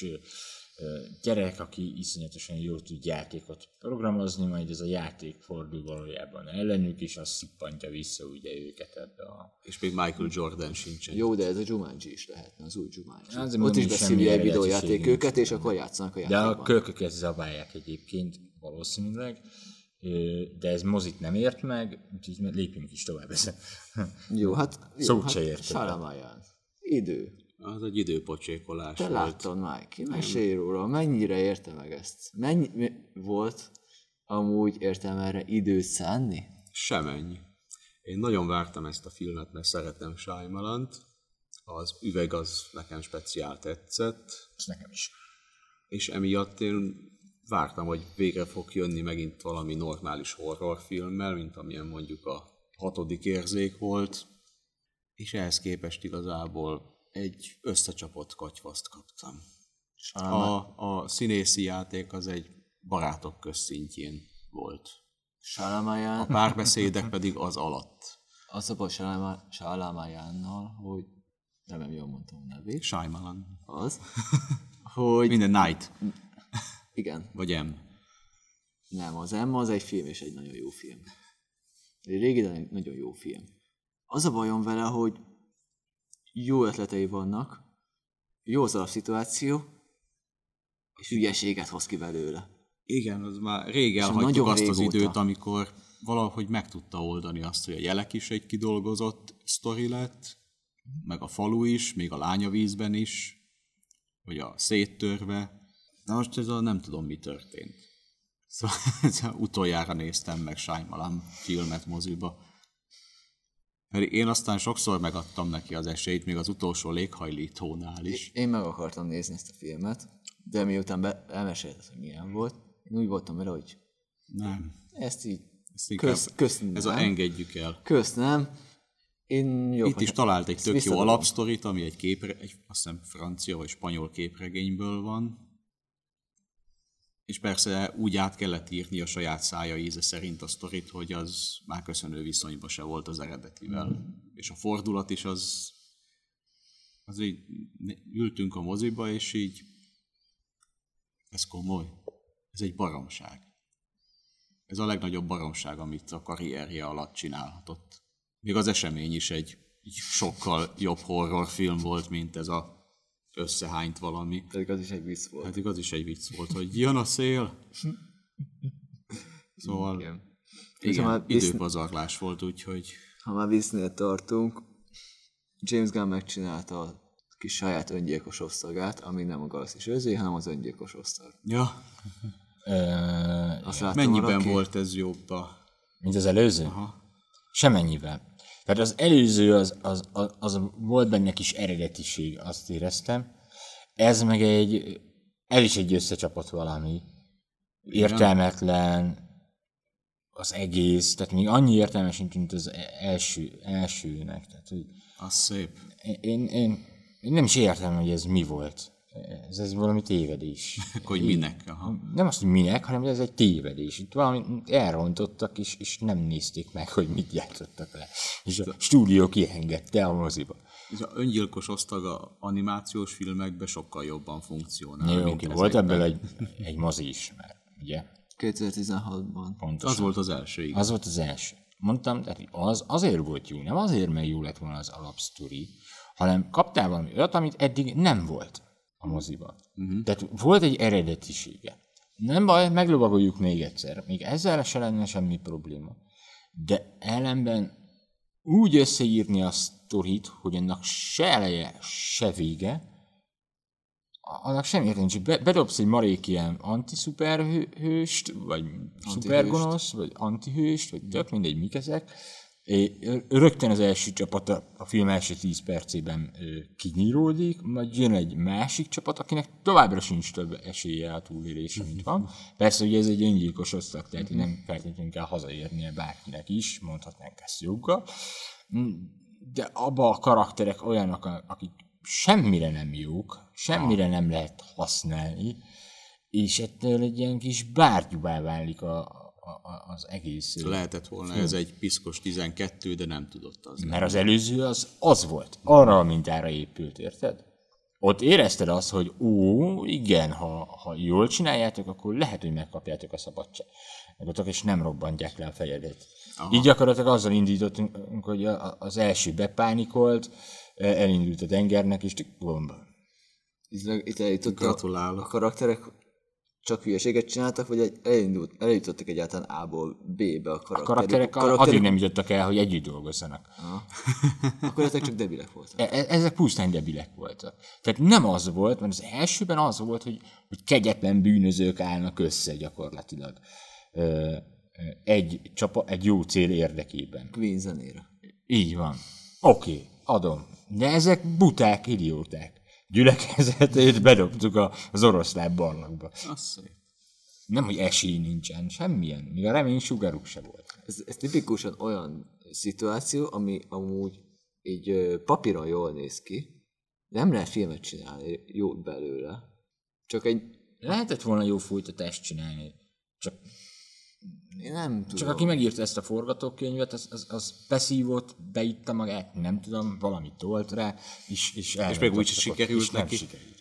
gyerek, aki iszonyatosan jól tud játékot programozni, majd ez a játék fordul valójában ellenük, és az szippantja vissza ugye őket ebbe a... És még Michael Jordan sincsen. Jó, de ez a Jumanji is lehetne, az új Jumanji. Ott is beszívja egy videójáték őket, és akkor játszanak a játékban. De a kölyköket zabálják egyébként valószínűleg. De ez mozit nem ért meg, úgyhogy lépjünk is tovább ezen. Jó, hát... Szót hát, se értem. Salamaján. Idő. Az egy időpocsékolás Te volt. láttad, Mike, mesélj róla, mennyire érte meg ezt? Mennyi mi volt amúgy értem erre időt szánni? Semennyi. Én nagyon vártam ezt a filmet, mert szeretem Shyamalant. Az üveg az nekem speciál tetszett. Ez nekem is. És emiatt én vártam, hogy végre fog jönni megint valami normális horrorfilmmel, mint amilyen mondjuk a hatodik érzék volt, és ehhez képest igazából egy összecsapott katyvaszt kaptam. A, a színészi játék az egy barátok közszintjén volt. Salamaján... A párbeszédek pedig az alatt. Az a baj Salamajánnal, hogy nem jól mondtam a nevét. Shyamalan. Az, hogy... Minden Night. Igen. Vagy M. Nem, az M az egy film, és egy nagyon jó film. Egy régi, de nagyon jó film. Az a bajom vele, hogy jó ötletei vannak, jó az alapszituáció, és hülyeséget hoz ki belőle. Igen, az már rég elhagytuk azt régóta. Az időt, amikor valahogy meg tudta oldani azt, hogy a Jelek is egy kidolgozott sztori lett, meg a Falu is, még a Lányavízben is, vagy a Széttörve. Na most ez a nem tudom, mi történt. Szóval utoljára néztem meg Shyamalan filmet moziba. Mert én aztán sokszor megadtam neki az esélyt, még az utolsó léghajlítónál is. Én meg akartam nézni ezt a filmet, de miután be, elmesélted, hogy milyen volt, én úgy voltam vele, hogy nem. Ezt így ezt kösz, kösz Ez a engedjük el. Kösz nem. Én jó, Itt is talált egy tök jó alapsztorit, ami egy képre, egy, azt hiszem francia vagy spanyol képregényből van. És persze úgy át kellett írni a saját szája íze szerint a sztorit, hogy az már köszönő viszonyban se volt az eredetivel. Mm. És a fordulat is az, az így ültünk a moziba, és így ez komoly. Ez egy baromság. Ez a legnagyobb baromság, amit a karrierje alatt csinálhatott. Még az Esemény is egy sokkal jobb horrorfilm volt, mint ez a összehányt valami. Pedig az is egy vicc volt. Pedig az is egy vicc volt, hogy jön a szél. Szóval igen, igen időpazarlás visz... volt, úgyhogy... Ha már visznél tartunk, James Gunn megcsinálta a kis saját öngyilkos osztagát, ami nem a Galaxis őrzői, hanem az öngyilkos osztag. Ja. uh, Mennyiben valaki? Volt ez jobb a... Mint az előző? Aha. Semennyivel. Tehát az előző, az, az, az, az volt benne kis eredetiség, azt éreztem. Ez meg egy, ez is egy összecsapott valami. Értelmetlen az egész, tehát még annyi értelmes sincs, mint az első, elsőnek. Tehát, hogy az szép. Én, én, én nem is értem, hogy ez mi volt. ez, ez valami tévedés. Hogy minek? Aha. Nem azt, hogy minek, hanem hogy ez egy tévedés. Itt valamit elrontottak, és, és nem nézték meg, hogy mit játszottak le. És a stúdió kiengedte a moziba. Ez az öngyilkos osztag a animációs filmekben sokkal jobban funkcionál. Jó, oké, volt ebből egy, egy mozi is már, ugye? kétezer-tizenhatban. Pontosan. Az volt az első, igen. Az volt az első. Mondtam, tehát az azért volt jó, nem azért, mert jó lett volna az alapsztori, hanem kaptál valami olyat, amit eddig nem volt a moziban. Uh-huh. Tehát volt egy eredetisége. Nem baj, meglovagoljuk még egyszer. Még ezzel se lenne semmi probléma. De ellenben úgy összeírni a sztorit, hogy annak se eleje, se vége, annak semmi értelme nincs. Be, bedobsz egy marék ilyen anti-szuperhőst, vagy szupergonosz, vagy antihőst, vagy tök mindegy, mik ezek. É, rögtön az első csapat a, a film első tíz percében ö, kinyíródik, majd jön egy másik csapat, akinek továbbra sincs több esélye a túlélésre, mint van. Persze, hogy ez egy öngyilkos osztag, tehát nem feltétlenül kell hazaérnie bárkinek is, mondhatnánk ezt joggal. De abba a karakterek olyanok, akik semmire nem jók, semmire nem lehet használni, és ettől egy ilyen kis bárgyúvá válik a, a, az egész. Lehetett volna film. Ez egy piszkos tizenkettő, de nem tudott az. Mert az előző az, az volt. Arra a mintára épült, érted? Ott érezted azt, hogy ó, igen, ha, ha jól csináljátok, akkor lehet, hogy megkapjátok a szabadságot, és nem robbantják le a fejedet. Aha. Így gyakorlatilag azzal indítottunk, hogy az első bepánikolt, elindult a tengernek, és bomba. Itt eljutott a, a karakterek csak hülyeséget csináltak, vagy elindult, elindítottak egyáltalán A-ból B-be a karakterek? A karakterek, a karakterek addig nem jutottak el, hogy együtt dolgozzanak. Aha. Akkor ezek csak debilek voltak. E- ezek pusztán debilek voltak. Tehát nem az volt, mert az elsőben az volt, hogy, hogy kegyetlen bűnözők állnak össze gyakorlatilag. Ö, egy, csapa, egy jó cél érdekében. Queen zenére. Így van. Oké, okay, adom. De ezek buták, idióták. Gyülekezetét bedobtuk az oroszlán barlangba. Nem, hogy esély nincsen, semmilyen. Még a remény sugaruk se volt. Ez, ez tipikusan olyan szituáció, ami amúgy így papíron jól néz ki, de nem lehet filmet csinálni jót belőle. Csak egy... Lehetett volna jó folytatást csinálni. Csak... Én nem tudom. Csak aki megírta ezt a forgatókönyvet, az, az, az beszívott, beitta magát, nem tudom, valamit tolt rá, és És, és meg úgy sikerült és neki. Sikerült.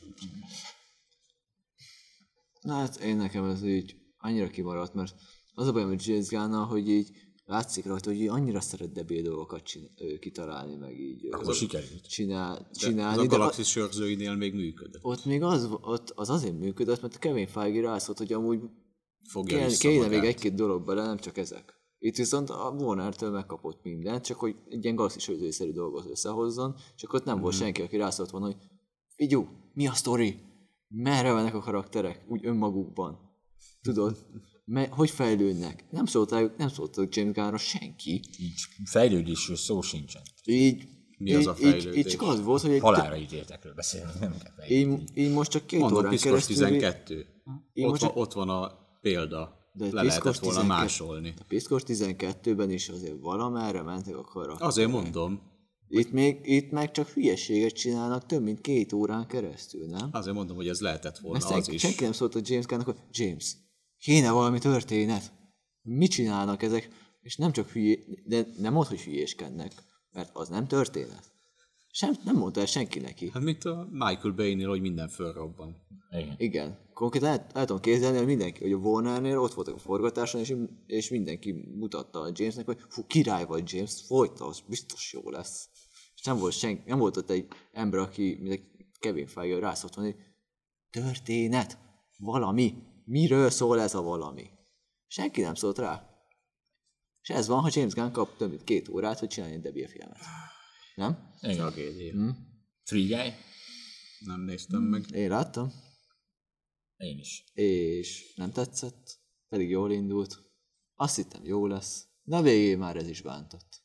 Na hát én nekem ez így annyira kimaradt, mert az a bajom, hogy James Gunn-nal, hogy így látszik rajta, hogy így annyira szeret debil dolgokat csin- kitalálni, meg így Akkor sikerült. Csinál, csinálni. Az a Galaxis sörzőinél még működött. Ott még az, ott, az azért működött, mert Kevin Feige rászólt, hogy amúgy Fogja Kéne, vissza kéne magát. még egy-két dolog bele, nem csak ezek. Itt viszont a Warner-től megkapott mindent, csak hogy egy ilyen galaxis öltőszerű dolgot összehozzon, csak ott nem mm. volt senki, aki rászólt volna, hogy figyú, mi a sztori? Merre vannak a karakterek? Úgy önmagukban. Tudod? Me- hogy fejlődnek? Nem szólt rájuk, nem szólt rájuk James Gunn-ra senki. Így fejlődésről szó sincsen. Így, Mi az így, a fejlődés? így, így csak az volt, hogy egy Halálra ítéltekről beszélni, nem kell fejlődni. így, így most csak két Mondom, órán piszkos keresztül... tizenkettő. Ott, most van, csak- ott van a példa. De Le lehetett volna tizenkettő másolni. A Piszkos tizenkettőben is azért valamerre mentek a karakterek. Azért mondom. Itt, még, itt meg csak hülyeséget csinálnak több mint két órán keresztül, nem? Azért mondom, hogy ez lehetett volna Mert az senki, is. senki nem szólt a James Gunn-nak, hogy James, kéne valami történet. Mit csinálnak ezek? És nem csak hülyé, de nem mondd, hogy hülyéskednek, mert az nem történet. Sem, nem mondta el senki neki. Hát mint a Michael Bay-nél, hogy minden fölrobban. Igen. Igen. Konkrétan el, el tudom képzelni, hogy mindenki, hogy a Warnernél ott voltak a forgatáson, és, és mindenki mutatta a Jamesnek, hogy fú, király vagy James, folyta, az biztos jó lesz. És nem volt, senki, nem volt ott egy ember, aki, mint egy Kevin Feige rászólt volna, hogy történet, valami, miről szól ez a valami. Senki nem szólt rá. És ez van, ha James Gunn kap több mint két órát, hogy csinálni egy debil filmet. Nem? Igen. Tragédia. Hm? Free Guy? Nem néztem meg. Én láttam, Én is. és nem tetszett, pedig jól indult. Azt hittem, jó lesz, de a végén már ez is bántott.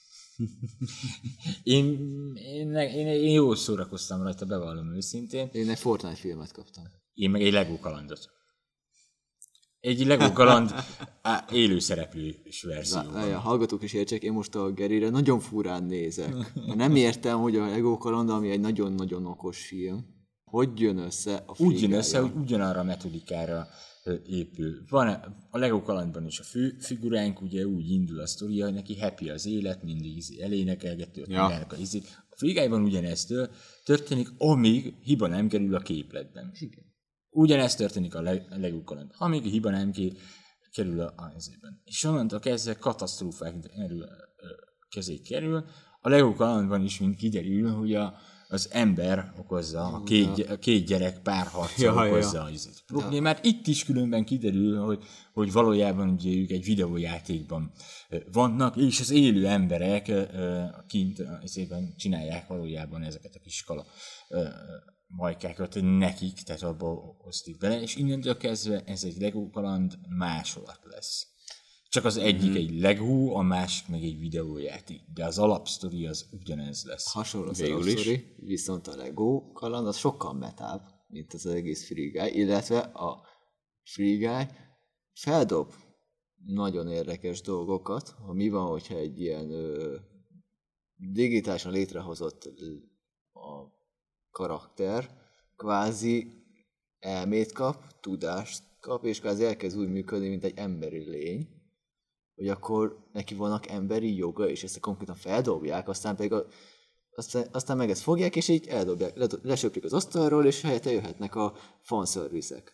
Én, én, én, én jól szórakoztam rajta, bevallom őszintén. Én egy Fortnite filmet kaptam. Én meg egy Lego kalandot. Egy Lego kaland á, élőszereplős verzióban. A hallgatók is értsék, én most a Gerire nagyon furán nézek. Nem értem, hogy a Lego kaland, ami egy nagyon-nagyon okos film, hogy jön össze a Úgy jön frigája. össze, hogy ugyanarra a metodikára épül. Van a Lego kalandban is a fő figuránk, ugye úgy indul a sztoria, hogy neki happy az élet, mindig elénekelgető a magának a izét. A Frigályban ugyanezt történik, amíg hiba nem kerül a képletben. Igen. Ugyanezt történik a Lego kaland, amíg a hiba nem kerül a izében. És onnantól kezdve katasztrófák kezé kerül. A Lego kalandban is mind kiderül, hogy a az ember okozza, a két, a két gyerek párharca ja, okozza ja. az problémát. Itt is különben kiderül, hogy, hogy valójában ugye ők egy videójátékban vannak, és az élő emberek kint ezében csinálják valójában ezeket a kis kala majkákat nekik, tehát abba osztik bele, és innentől kezdve ez egy Lego kaland másolat lesz. Csak az egyik mm-hmm. egy Lego, a másik meg egy videójáték, de az alapsztori az ugyanez lesz. Hasonló az alapsztori, viszont a Lego kaland az sokkal metább, mint az egész Free Guy, illetve a Free Guy feldob nagyon érdekes dolgokat, ha mi van, hogyha egy ilyen ö, digitálisan létrehozott ö, a karakter kvázi elmét kap, tudást kap, és kvázi elkezd úgy működni, mint egy emberi lény, hogy akkor neki vannak emberi joga, és ezt konkrétan feldobják, aztán pedig a, aztán, aztán meg ezt fogják, és így eldobják, lesöprik az asztalról, és helyette jöhetnek a fanszervizek.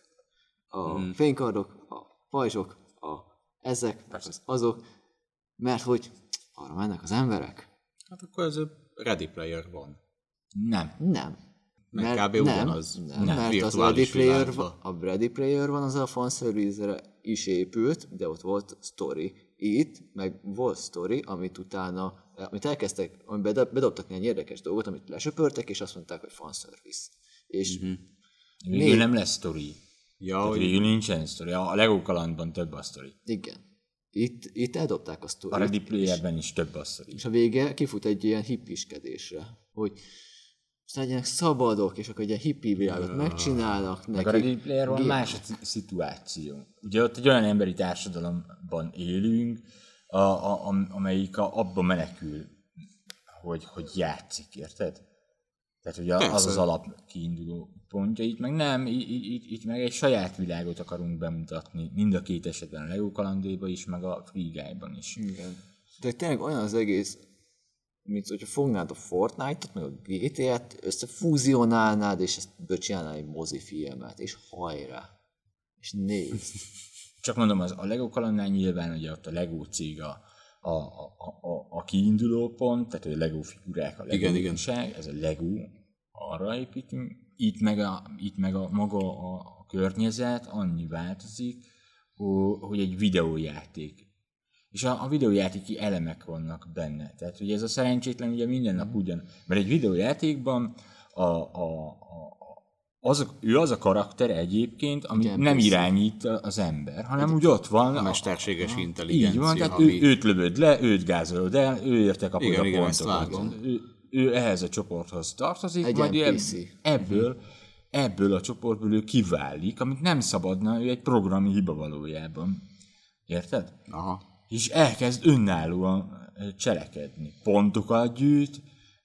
A mm. fénykardok, a pajzsok, a ezek, az azok, mert hogy arra mennek az emberek. Hát akkor ez a Ready Player van. Nem. Nem. Mert kb. Ugyanaz. Nem, nem, mert az Ready Player, a Ready Player van, az a fanszervizre is épült, de ott volt story. Itt meg volt story, amit utána, amit elkezdtek, amiben bedobtak néhány érdekes dolgot, amit lesöpörtek, és azt mondták, hogy fanszerviz. És mm-hmm. Végül még... nem lesz story. Ja, Tehát hogy... végül nincsen story. A Lego kalandban több a story. Igen. Itt, itt eldobták a sztorit. A Ready Player-ben is több a sztori. És a vége kifut egy ilyen hippiskedésre, hogy legyenek szabadok, és akkor egy ilyen hippi világot ja. megcsinálnak nekik. Meg a Ready Player-ban más a szituáció. Ugye ott egy olyan emberi társadalomban élünk, a, a, a, amelyik a, abban menekül, hogy, hogy játszik, érted? Tehát ugye az Persze. az alap kiinduló pontja, itt meg nem, itt, itt, itt meg egy saját világot akarunk bemutatni, mind a két esetben, a Lego kalandéban is, meg a Free Guy-ban is. Igen. De tényleg olyan az egész, mint hogyha fognád a Fortnite-ot, meg a gé té á-t, összefúzionálnád, és ezt csinálnál egy mozifilmet, és hajrá, és nézd. Csak mondom, az a Lego kalandnál nyilván ugye ott a Lego cég a, a, a, a, a kiinduló pont, tehát a Lego figurák, a Lego újság, ez a Lego, arra építünk. Itt meg a, itt meg a maga a, a környezet annyi változik, hogy egy videójáték. És a, a videójátéki elemek vannak benne. Tehát ugye ez a szerencsétlen ugye minden nap ugyan. Mert egy videójátékban a, a, a, az, ő az a karakter egyébként, ami igen, nem irányít az ember, hanem egy, úgy ott van. A mesterséges a, intelligencia. Így van, tehát ami... ő, őt lövöd le, őt gázolod el, ő érte kapod igen, a igen, pontokat. Ő, ő ehhez a csoporthoz tartozik, egy majd ebből, ebből a csoportból ő kiválik, amit nem szabadna, ő egy programi hiba valójában. Érted? Aha. És elkezd önállóan cselekedni. Pontokat gyűjt,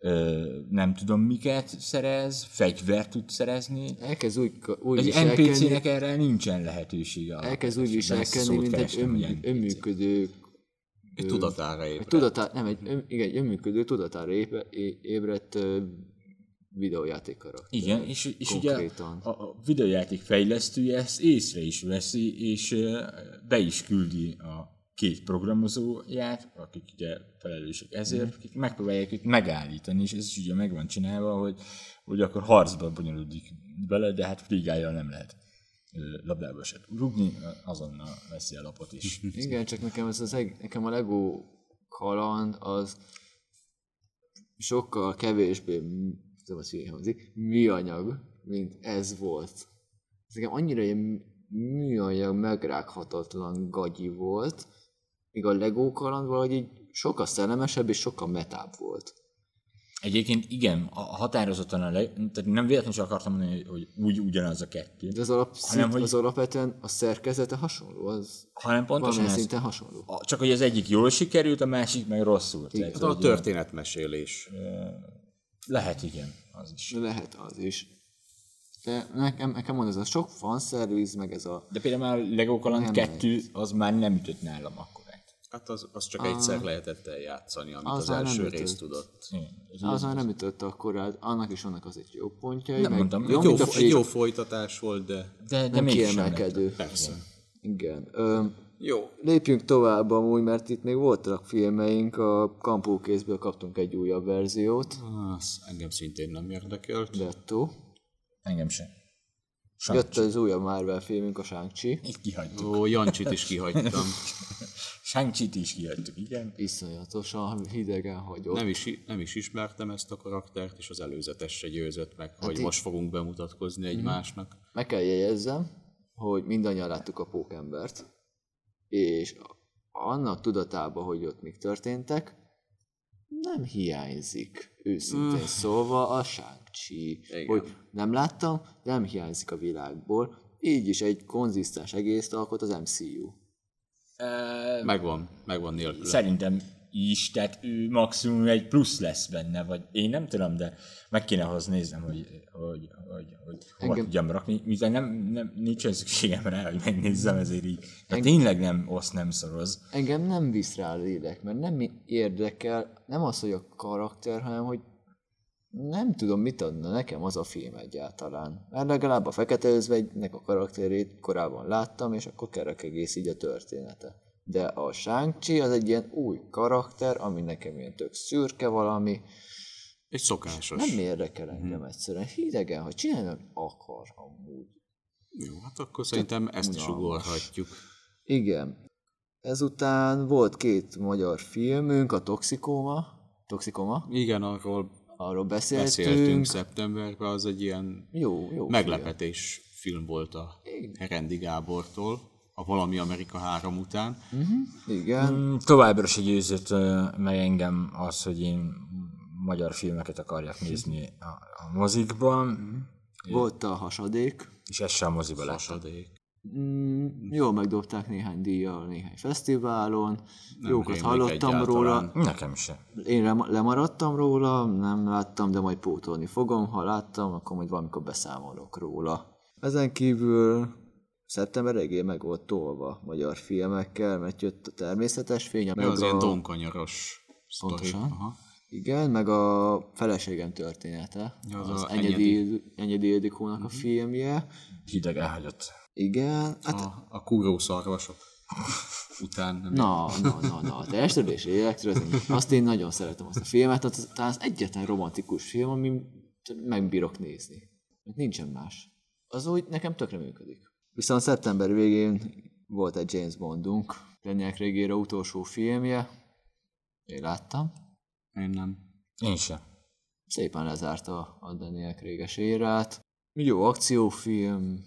nem tudom miket szerez, fegyvert tud szerezni. Elkezd úgy, úgy egy viselkedni. en pé cének erre nincsen lehetősége. Elkezd úgy viselkedni, mint egy ön, önműködő... Egy tudatára ébredt. Tudatá, nem, egy, ön, igen, egy önműködő tudatára ébredt videójáték karakter. Igen, és, és ugye a, a videójáték fejlesztője ezt észre is veszi, és be is küldi a két programozóját, akik ugye felelősek ezért, akik megpróbálják őt megállítani, és ez is ugye meg van csinálva, hogy, hogy akkor harcban bonyolódik bele, de hát Free Guy-jal nem lehet labdába se rúgni, azonnal veszi a lapot is. Igen, csak nekem, ez az eg- nekem a Lego kaland az sokkal kevésbé műanyag, mint ez volt. Ez nekem annyira ilyen műanyag, megrághatatlan gagyi volt, míg a Lego kaland valahogy így sokkal szellemesebb és sokkal metább volt. Egyébként igen, a határozottan a leg... tehát nem véletlenül sem akartam mondani, hogy úgy ugyanaz a kettő. De az, alap szint, hanem, hogy... az alapvetően a szerkezete hasonló, az hanem pontosan ez... szinten hasonló. A, csak hogy az egyik jól sikerült, a másik meg rosszul. Tehát, hát a történetmesélés. Lehet igen, az is. Lehet az is. De nekem, nekem mondom, ez a sok fanszerviz, meg ez a... De például már a Lego Kaland Nem kettő, az már nem ütött nálam akkorát. Hát az, az csak egyszer lehetett eljátszani, amit Az az, már nem első ütött. rész tudott. Az már nem ütött akkor, annak is vannak azért jó pontjai. Nem meg mondtam, jó, Egy jó, mint a egy film, jó folytatás volt, de De, de nem mégsem kiemelkedő. persze. Igen. Ö, Jó. lépjünk tovább amúgy, mert itt még voltak filmeink, a Kampókézből kaptunk egy újabb verziót, Az engem szintén nem érdekelt. Detto. Engem sem. Jött az újabb Marvel filmünk, a Shang-Chi. Itt kihagytuk. Ó, Jancsit is kihagytam. Shang-Chi-t is kihagytuk, igen. Iszonyatosan hidegen hagyott. Nem is, nem is ismertem ezt a karaktert, és az előzetes se győzött meg, hogy í- most fogunk bemutatkozni egymásnak. Meg kell jegyezzem, hogy mindannyian láttuk a Pókembert, és annak tudatában, hogy ott mik történtek, nem hiányzik, őszintén szólva, a Shang-Chi. Igen. Hogy nem láttam, de nem hiányzik a világból. Így is egy konzisztens egészt alkot az em cé u. Megvan, megvan nélkül. Szerintem is, tehát ő maximum egy plusz lesz benne, vagy én nem tudom, de meg kéne ahhoz néznem, hogy, hogy, hogy, hogy hova Engem- tudjam rakni, mivel nem, nem, nincsen szükségem rá, hogy megnézzem, ezért így. De tényleg nem osz, nem szoroz. Engem nem visz rá a lélek, mert nem érdekel, nem az, hogy a karakter, hanem hogy nem tudom, mit adna nekem az a film egyáltalán. Mert legalább a Fekete Özvegynek a karakterét korábban láttam, és akkor kerek egész így a története. De a Shang-Chi az egy ilyen új karakter, ami nekem ilyen tök szürke valami, Egy szokásos. nem érdekel engem egyszerűen. Hidegen, hogy csinálni, hogy akar amúgy. Jó, hát akkor szerintem ezt is unalmas. ugorhatjuk. Igen. Ezután volt két magyar filmünk, a Toxikoma. Toxikoma. Igen, arról Arról beszéltünk. beszéltünk szeptemberben, az egy ilyen Jó, jó. meglepetés film volt a Herendi Gábortól, a Valami Amerika három után. Film. Igen. Mm, Továbbra se győzött ö, meg engem az, hogy én magyar filmeket akarjak nézni a, a mozikban, Volt a Hasadék. és ezt sem a moziba láttam. Hasadék. Mm, jól megdobták néhány díjjal, néhány fesztiválon. Nem Jókat rémlik hallottam egyáltalán. róla. Nekem sem. Én rem- lemaradtam róla, nem láttam, de majd pótolni fogom. Ha láttam, akkor majd valamikor beszámolok róla. Ezen kívül szeptember végén meg volt tolva magyar filmekkel, mert jött a Természetes fény, meg Meg az a... ilyen donkanyaros sztori. Pontosan. Aha. Igen, meg a Feleségem története. Ja, az az a Enyedi, Enyedi Ildikónak a filmje. Hideg elhagyott. Igen, hát A, a kúró szarvasok után. Nem na, na, na, na, a testről és életről, azt én nagyon szeretem azt a filmet, az, talán az egyetlen romantikus film, ami megbírok nézni. Nincsen más. Az úgy nekem tökre működik. Viszont szeptember végén volt egy James Bondunk, Daniel Craig utolsó filmje. Én láttam. Én nem. Én sem. Szépen lezárta a Daniel Craig-es érát. Jó akciófilm,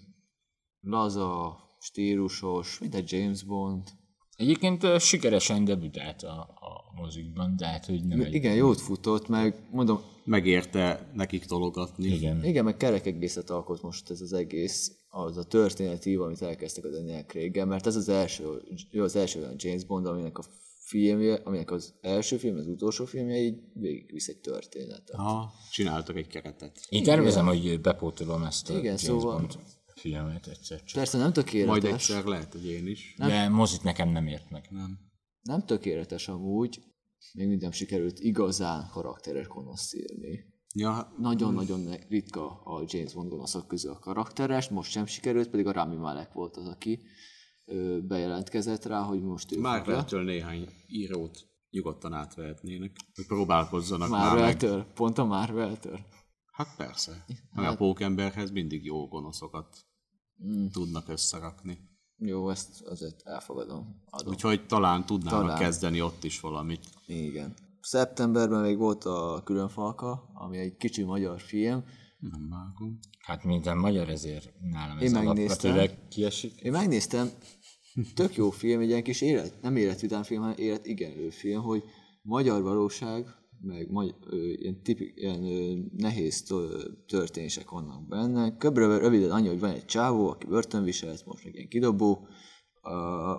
laza, stílusos, mint egy James Bond. Egyébként ö, sikeresen debütált a, a mozikban, tehát hogy nem egy... Igen, jót futott, meg mondom, Megérte nekik tologatni. Igen. igen, meg kerek egészet alkot most ez az egész, az a történeti, amit elkezdtek a Daniel Craig-gel, mert ez az első, jó, az első olyan James Bond, aminek a filmje, aminek az első film, az utolsó filmje így végigvisz egy történetet. Aha, csináltak egy keretet. Én tervezem, hogy bepótolom ezt a Igen, James szóval- Bond filmet egyszer csak. Persze nem tökéletes, Majd egyszer lehet, hogy én is. De mozit nekem nem ért meg. Nem. nem tökéletes amúgy, még minden sikerült igazán karakteres gonoszt írni. Ja, Nagyon-nagyon ritka a James Bond gonoszok közül a karakteres, most sem sikerült, pedig a Rami Malek volt az, aki ö, bejelentkezett rá, hogy most ő fogja. Marvel-től néhány írót nyugodtan átvehetnének, hogy próbálkozzanak már meg. Marvel-től, pont a Marvel-től. Hát persze. Meg a pókemberhez mindig jó gonoszokat Mm. tudnak összerakni. Jó, ezt azért elfogadom. Adom. Úgyhogy talán tudnának Talán. kezdeni ott is valamit. Igen. Szeptemberben még volt a Különfalka, ami egy kicsi magyar film. Nem vágom. Hát minden magyar, ezért nálam Én ez megnéztem. alapvetőleg kiesik. Én megnéztem, tök jó film, egy ilyen kis élet, nem életvidám film, hanem életigenlő film, hogy magyar valóság, meg magy, ö, ilyen, tipik, ilyen ö, nehéz tö- történések vannak benne. Köbbre röviden annyi, hogy van egy csávó, aki börtönviselt, most meg ilyen kidobó, uh,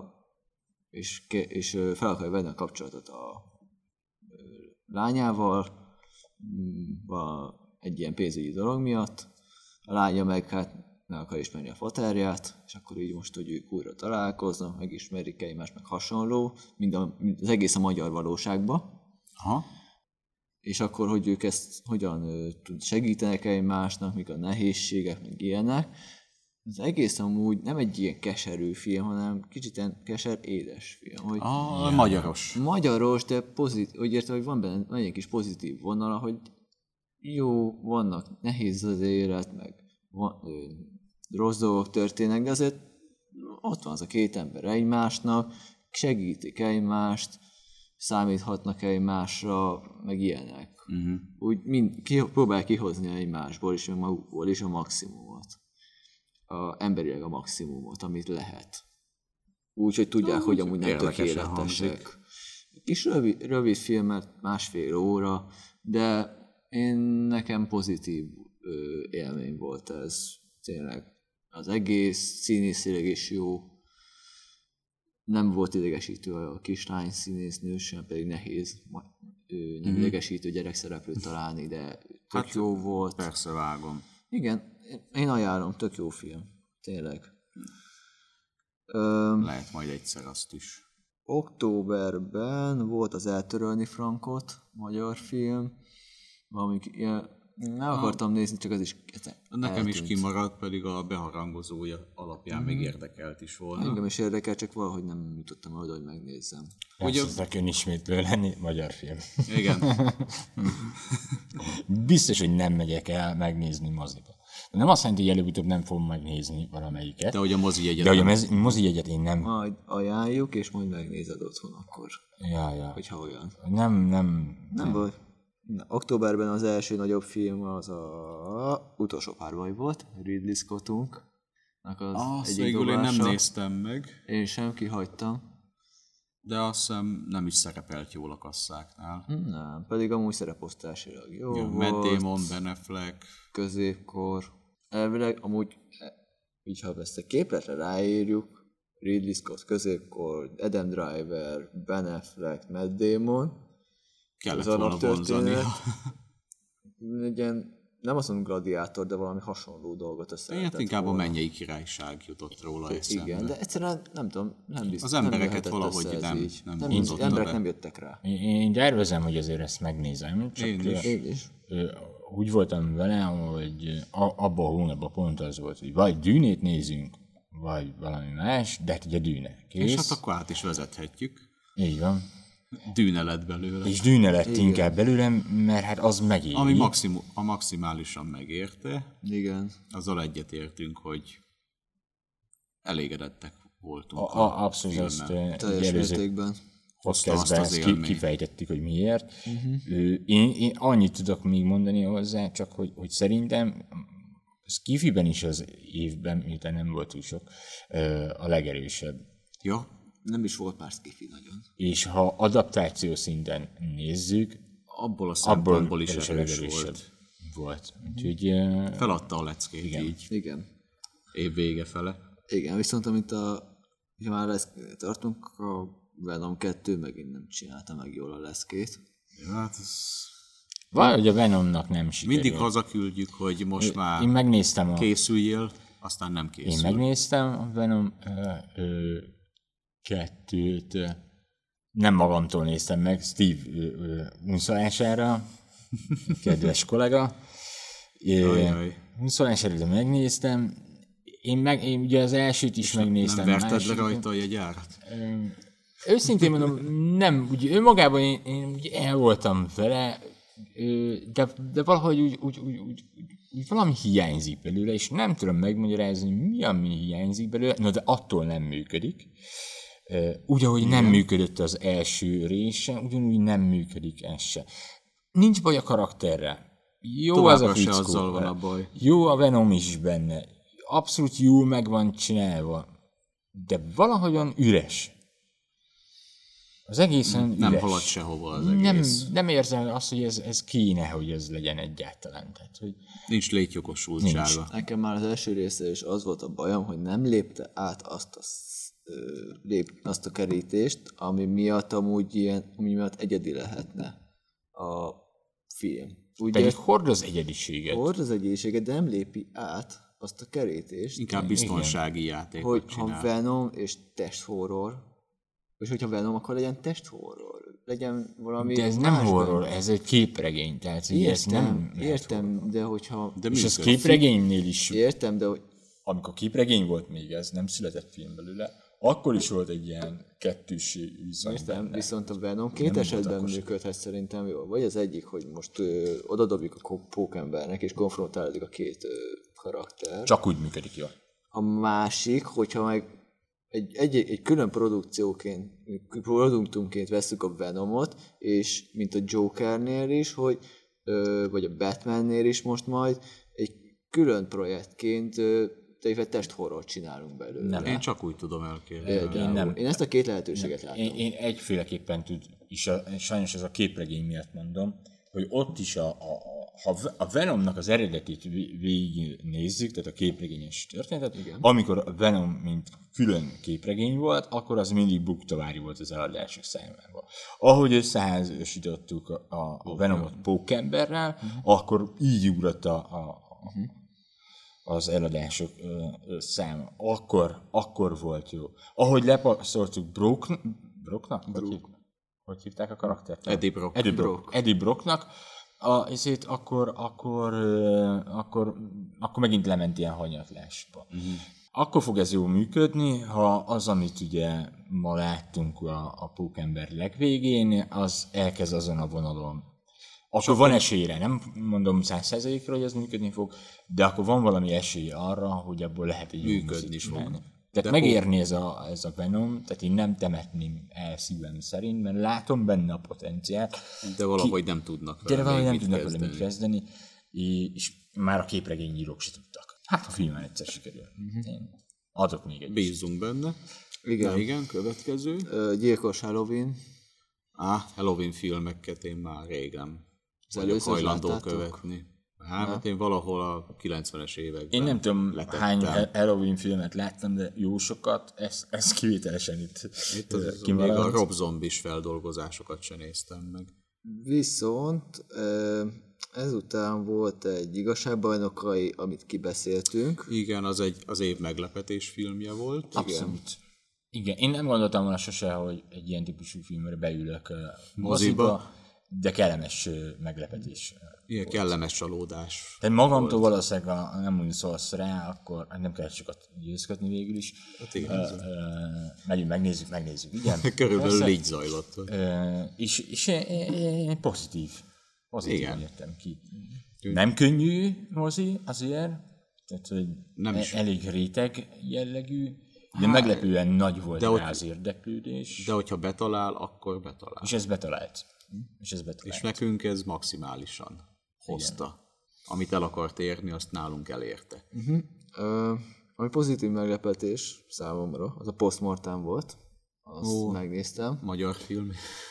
és, ke- és ö, fel akarja venni a kapcsolatot a ö, lányával, mm, va- egy ilyen pénzügyi dolog miatt, a lánya meg hát meg akar ismerni a faterját, és akkor így most, hogy ők újra találkoznak, megismerik egymást, meg hasonló, mind, a, mind az egész a magyar valóságban. Aha. És akkor, hogy ők ezt hogyan ö, segítenek egymásnak, mik a nehézségek, meg ilyenek. Az egész amúgy nem egy ilyen keserű film, hanem kicsit ilyen keser-édes film. Hogy A magyaros. magyaros, de pozitív, úgy értem, hogy van benne van egy kis pozitív vonala, hogy jó, vannak nehéz az élet, meg van, ö, rossz dolgok történnek, de azért ott van az a két ember egymásnak, segítik egymást, számíthatnak egymásra, meg ilyenek. Uh-huh. Úgy mind, ki, próbálják kihozni egymásból és magukból is a maximumot. A, emberileg a maximumot, amit lehet. Úgy, hogy tudják, no, hogy amúgy nem tökéletesek. Kis rövid, rövid film, mert másfél óra, de én nekem pozitív ö, élmény volt ez. Tényleg az egész színészileg is jó. Nem volt idegesítő a kislány színésznő sem, pedig nehéz ő, nem mm-hmm. idegesítő gyerekszereplőt találni, de tök hát, jó volt. Persze vágom. Igen, én ajánlom, tök jó film. Tényleg. Öm, Lehet majd egyszer azt is. Októberben volt az Eltörölni Frankot, magyar film. Valami ilyen, nem akartam ah. nézni, csak az is Nekem eltűnt. is kimaradt, pedig a beharangozója alapján mm-hmm. még érdekelt is volna. Engem is érdekel, csak valahogy nem jutottam oda, hogy megnézzem. Ugye ezek önismétlő lenni, magyar film. Igen. Biztos, hogy nem megyek el megnézni moziba. De nem azt jelenti, hogy előbb-utóbb nem fogom megnézni valamelyiket. De hogy a mozi jegyet. De hogy a mez- mozi jegyet én nem. Majd ajánljuk, és majd megnézed otthon akkor. Ja, ja. Hogyha olyan. Nem, nem. Nem, nem. volt. Na, októberben az első nagyobb film az a Utolsó párbaj volt, Ridley Scottunknak az azt egyik végül én nem dobása. néztem meg. Én sem, kihagytam. De azt hiszem nem is szerepelt jól a kasszáknál. Nem, pedig amúgy szereposztásilag jó ja, volt. Matt Damon, Ben Affleck. Középkor. Elvileg amúgy, így ha ezt a képletre ráírjuk, Ridley Scott középkor, Adam Driver, Ben Affleck, Matt Damon. Kellett volna vonzani. Egy ilyen, nem azt mondom gladiátor, de valami hasonló dolgot összehetett. Én inkább volna. A mennyei királyság jutott róla eszembe. Igen, de egyszerűen nem tudom, nem biztos. Az embereket valahogy nem, így. nem, nem nem emberek be. nem jöttek rá. Én, én tervezem, hogy azért ezt megnézem. Csak én is. Én is. Úgy voltam vele, hogy abban a hónapban pont az volt, hogy vagy Dűnét nézünk, vagy valami más, de hát ugye Dűne. Kész. És hát akkor át is vezethetjük. Így van. Dűne lett belőle. És Dűne lett igen. inkább belőlem, mert hát az megéri. Ami maximum, a maximálisan megérte. Igen. Azzal egyetértünk, hogy elégedettek voltunk a, a, abszolút a azt teljes mértékben. Podcastben ki, kifejtettük, hogy miért. Uh-huh. Én, én annyit tudok még mondani hozzá, csak hogy, hogy szerintem Skifiben is az évben, miután nem volt túl sok, a legerősebb. Jó. Nem is volt már Skifi nagyon. És ha adaptáció szinten nézzük, abból a szempontból is erős, erős volt. volt. volt. Úgyhogy, feladta a leckét igen. így. Igen. Év vége fele. Igen, viszont amit a, ha már leszkét tartunk, a Venom kettő megint nem csinálta meg jól a leszkét. Ja, hát ez... Valahogy a Venomnak nem sikerült. Mindig hazaküldjük, hogy most én, már én megnéztem a... készüljél, aztán nem készül. Én megnéztem a Venom ö, ö, kettőt, ö, nem magamtól néztem meg, Steve unszolására, kedves kollega. Unszolására megnéztem. Én, meg, én ugye az elsőt is és megnéztem. Nem verted le rajta a jegyárat? Őszintén mondom, nem, ugye önmagában én, én ugye el voltam vele, de, de valahogy úgy, úgy, úgy, úgy, úgy valami hiányzik belőle, és nem tudom megmagyarázni, mi ami hiányzik belőle, no, de attól nem működik. Úgy, ahogy nem működött az első része, ugyanúgy nem működik ez se. Nincs baj a karakterrel. Jó továbbra az a fickó. Azzal van a baj. Jó a Venom is benne. Abszolút jól meg van csinálva. De valahogyan üres. Az egészen nem üres. halad sehova az egész. Nem, nem érzem azt, hogy ez, ez kéne, hogy ez legyen egyáltalán. Tehát, hogy nincs létjogosultsága. Nincs. Nekem már az első része is az volt a bajom, hogy nem lépte át azt a, lép, azt a kerítést, ami miatt amúgy ilyen, ami miatt egyedi lehetne a film. ugye Pedig hordoz egyediséget. hordoz egyediséget, de nem lépi át azt a kerítést, Inkább biztonsági igen. játékot hogy csinál. ha Venom és testhorror, és hogyha Venom, akkor legyen testhorror, legyen valami De ez nem horror, ez egy képregény, tehát ugye ez értem, nem értem, de hogyha... De És ez működik. képregénynél is, Értem, de hogy amikor képregény volt még, ez nem született film belőle, akkor is volt egy ilyen kettősség viszony értem, benne. viszont a Venom két Nem esetben volt akkor működhet szerintem jól. Vagy az egyik, hogy most ö, odadobjuk a pókembernek, és konfrontálódik a két ö, karakter. Csak úgy működik jól. A másik, hogyha meg egy, egy, egy külön produkcióként, produktumként veszük a Venomot, és mint a Jokernél is, hogy, ö, vagy a Batmannél is most majd, egy külön projektként ö, egy testhorrort csinálunk belőle. Nem. Én csak úgy tudom elképzelni. Én, nem. én ezt a két lehetőséget látom. Én, én egyféleképpen tud, és a, sajnos ez a képregény miatt mondom, hogy ott is a, a, a, a Venomnak az eredetét végignézzük, tehát a képregényes történetet, igen. Amikor a Venom mint külön képregény volt, akkor az mindig buktavári volt az eladások számában. Ahogy összeházasítottuk a, a, a Venomot Pókemberrel, uh-huh. akkor így ugrott a, a, uh-huh. az eladások ö, ö, száma. Akkor, akkor volt jó. Ahogy lepasszoltuk Brock, Brocknak? Hogy, hogy hívták a karaktert? Eddie Brock. Eddie, Brock. Eddie Brocknak. A, ezért akkor, akkor, ö, akkor, akkor megint lement ilyen hanyatlásba. Uh-huh. Akkor fog ez jól működni, ha az, amit ugye ma láttunk a, a Pókember legvégén, az elkezd azon a vonalon. Akkor van esélye, nem mondom száz százalékra, hogy ez működni fog, de akkor van valami esély arra, hogy abból lehet egy működni is fog. Tehát de megérni ez a, ez a Venom, tehát én nem temetném el szívem szerint, mert látom benne a potenciált. De valahogy Ki... nem tudnak vele. De valahogy nem tudnak vele mit kezdeni, és már a képregényírók se tudtak. Hát a filmen egyszer sikerül. Uh-huh. Én adok még egy. Bízzunk benne. Igen. Na igen, következő. Ö, gyilkos Halloween. Á, Halloween filmeket én már régen vagyok hajlandó láttátok? Követni. Hát, hát én valahol a kilencvenes években Én nem tudom, letettem. Hány Halloween filmet láttam, de jó sokat, ez, ez kivételesen itt, itt az, még a Rob Zombie-s feldolgozásokat sem néztem meg. Viszont ezután volt egy igazságbajnokai, amit kibeszéltünk. Igen, az egy az év meglepetés filmje volt. Abszolút. Igen, én nem gondoltam volna sose, hogy egy ilyen típusú filmre beülök moziba, moziba de kellemes meglepetés. Igen, kellemes csalódás. Tehát magamtól volt. Valószínűleg, ha nem úgy szólsz rá, akkor nem kell sokat győzködni végül is. Hát igen. Uh, uh, megyünk, megnézzük, megnézzük, igen. Körülbelül Persze. így zajlott. Uh, és és én pozitív. Pozitívan jöttem ki. Nem könnyű mozi azért, tehát hogy nem is. Elég réteg jellegű, de Há, meglepően nagy volt de rá hogy, az érdeklődés. De hogyha betalál, akkor betalál. És ez betalált. És, ez betalált. És nekünk ez maximálisan hozta. Igen. Amit el akart érni, azt nálunk elérte. Uh-huh. Uh, ami pozitív meglepetés számomra, az a Postmortem volt. Azt Ó, megnéztem. Magyar film.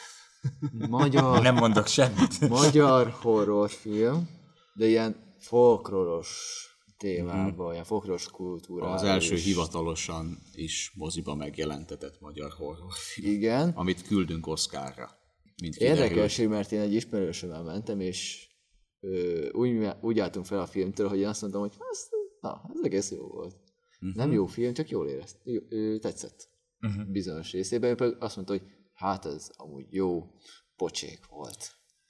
Magyar, nem mondok semmit. Magyar horrorfilm, de ilyen folkloros témában, uh-huh. ilyen folkloros kultúrában. Az első is. Hivatalosan is moziba megjelentetett magyar horrorfilm. Igen. Amit küldünk Oscarra. Érdekesség, mert én egy ismerősömmel mentem, és ö, úgy, úgy álltunk fel a filmtől, hogy én azt mondtam, hogy ez, na, ez egész jó volt. Uh-huh. Nem jó film, csak jól érezt, jó, ö, tetszett uh-huh. bizonyos részében. Ő pedig azt mondta, hogy hát ez amúgy jó, pocsék volt.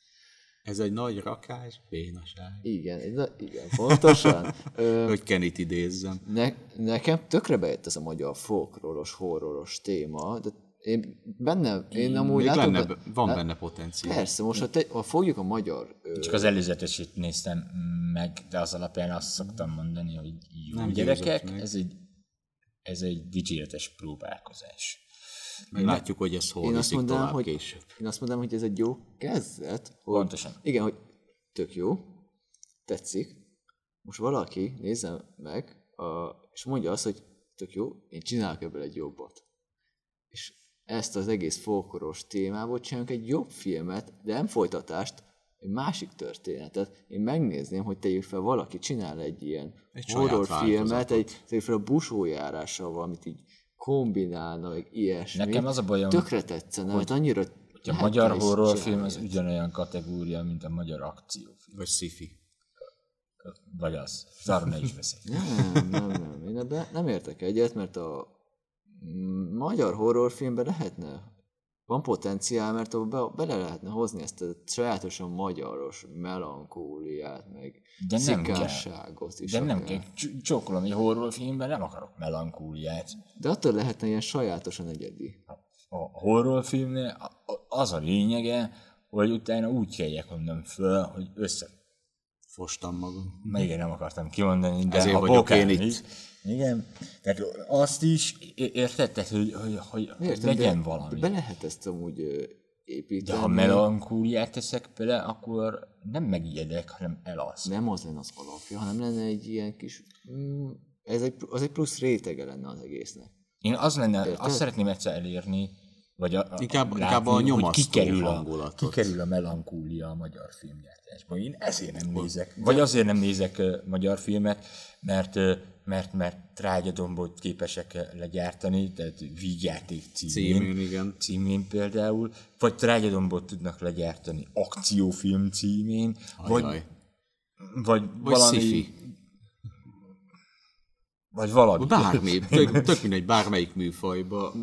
Ez egy nagy rakás, bénaság. Igen, egy, igen, pontosan. Ö, hogy Kennyt idézzem. Ne, nekem tökre bejött ez a magyar folkloros, horroros téma, de én benne, én amúgy látom, lenne, be, van lát, benne potenciál. Persze, most ha, te, ha fogjuk a magyar... Csak az előzetesét néztem meg, de az alapján azt szoktam mondani, hogy jó nem gyerekek, ez egy, ez egy dicséretes próbálkozás. Meglátjuk, hogy ez hol viszik tovább hogy, később. Én azt mondom, hogy ez egy jó kezdet. Hogy, Pontosan. Igen, hogy tök jó, tetszik. Most valaki nézze meg, a, és mondja azt, hogy tök jó, én csinálok ebből egy jobbat. És ezt az egész folkloros témából csinálunk egy jobb filmet, de nem folytatást, egy másik történetet. Én megnézném, hogy tegyük fel, valaki csinál egy ilyen egy horrorfilmet, egy, tegyük fel a busójárással valamit így kombinálna, ilyesmi. Nekem az a bajom... Tökre tetszene, mert annyira a magyar horrorfilm az ugyanolyan kategória, mint a magyar akciófilm. Vagy sci-fi. Vagy az. Arra ne is beszélj. Nem, nem, nem. Én ebben nem értek egyet, mert a magyar horrorfilmben lehetne, van potenciál, mert abba be, bele lehetne hozni ezt a sajátosan magyaros melankóliát, meg de nem szikásságot is. De akár. nem kell. Csókolom, egy horrorfilmben nem akarok melankóliát. De attól lehetne ilyen sajátosan egyedi. A horrorfilmnél az a lényege, hogy utána úgy kelljek onnan föl, hogy össze... Fostam magam. Még nem akartam kimondani, de ezért a vagyok bokán, én itt. Igen, tehát azt is érted, hogy, hogy, hogy Értem, legyen de valami. Be lehet ezt amúgy építeni. De ha melankóliát teszek bele, akkor nem megijedek, hanem elalszom. Nem az lenne az alapja, hanem lenne egy ilyen kis... Mm, ez egy, az egy plusz rétege lenne az egésznek. Én az lenne, Érted? azt szeretném egyszer elérni, vagy a, a, Inkább, látni, inkább a hogy nyomasztó kikerül a, hangulatot. kikerül a melankólia a magyar filmgyártásban. Én ezért nem nézek. Vagy azért nem nézek uh, magyar filmet, mert, uh, mert, mert trágyadombot képesek legyártani, tehát vígjáték címén, Címén, igen. címén például, vagy trágyadombot tudnak legyártani akciófilm címén, vagy, Ajaj. vagy, Vagy valami... sci-fi. Vagy valami. Bármi, tök, tök mindegy, bármelyik műfajba.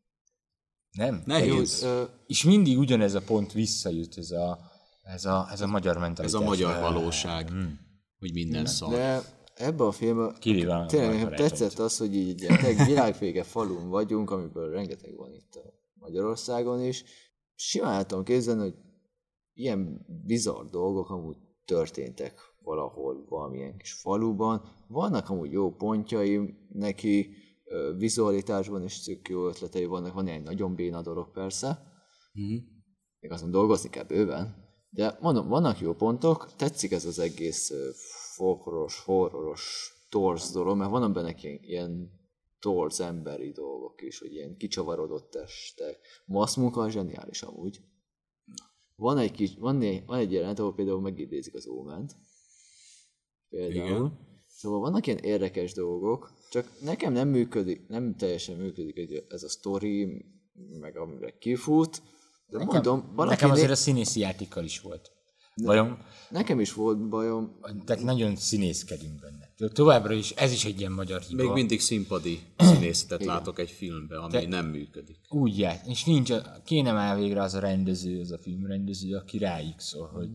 Nem? Nehéz. Ö, És mindig ugyanez a pont visszajut, ez a, ez a, ez a magyar mentalitás. Ez a magyar valóság, hogy minden szar. De ebbe a filmben Kivéve a tényleg nekem barátaid. tetszett az, hogy így egy világvége falun vagyunk, amiből rengeteg van itt a Magyarországon is. Simán el tudom képzelni, hogy ilyen bizarr dolgok amúgy történtek valahol valamilyen kis faluban. Vannak amúgy jó pontjai neki, vizualitásban is tök jó ötletei vannak, van egy nagyon béna dolog persze, Mm. még azon dolgozni kell bőven, de mondom, vannak jó pontok, tetszik ez az egész folkloros, horroros, torz dolog, mert vannak benne ilyen, ilyen torz emberi dolgok is, hogy ilyen kicsavarodott testek. Maszmunka zseniális amúgy. Van egy, kis, van egy, van egy jelenet, ahol például megidézik az Óment. Például. Igen. Szóval vannak ilyen érdekes dolgok, csak nekem nem működik, nem teljesen működik ez a sztori, meg amiben kifut, de Nekem, mondom, valaki nekem azért né... a színészi játékkal is volt bajom. Nekem is volt bajom. Tehát nagyon színészkedünk benne. Továbbra is, ez is egy ilyen magyar hiba. Még mindig színpadi színészetet látok egy filmben, ami Te- nem működik. Úgy jár. És nincs, a, kéne már végre az a rendező, az a filmrendező, aki rájuk szól, hogy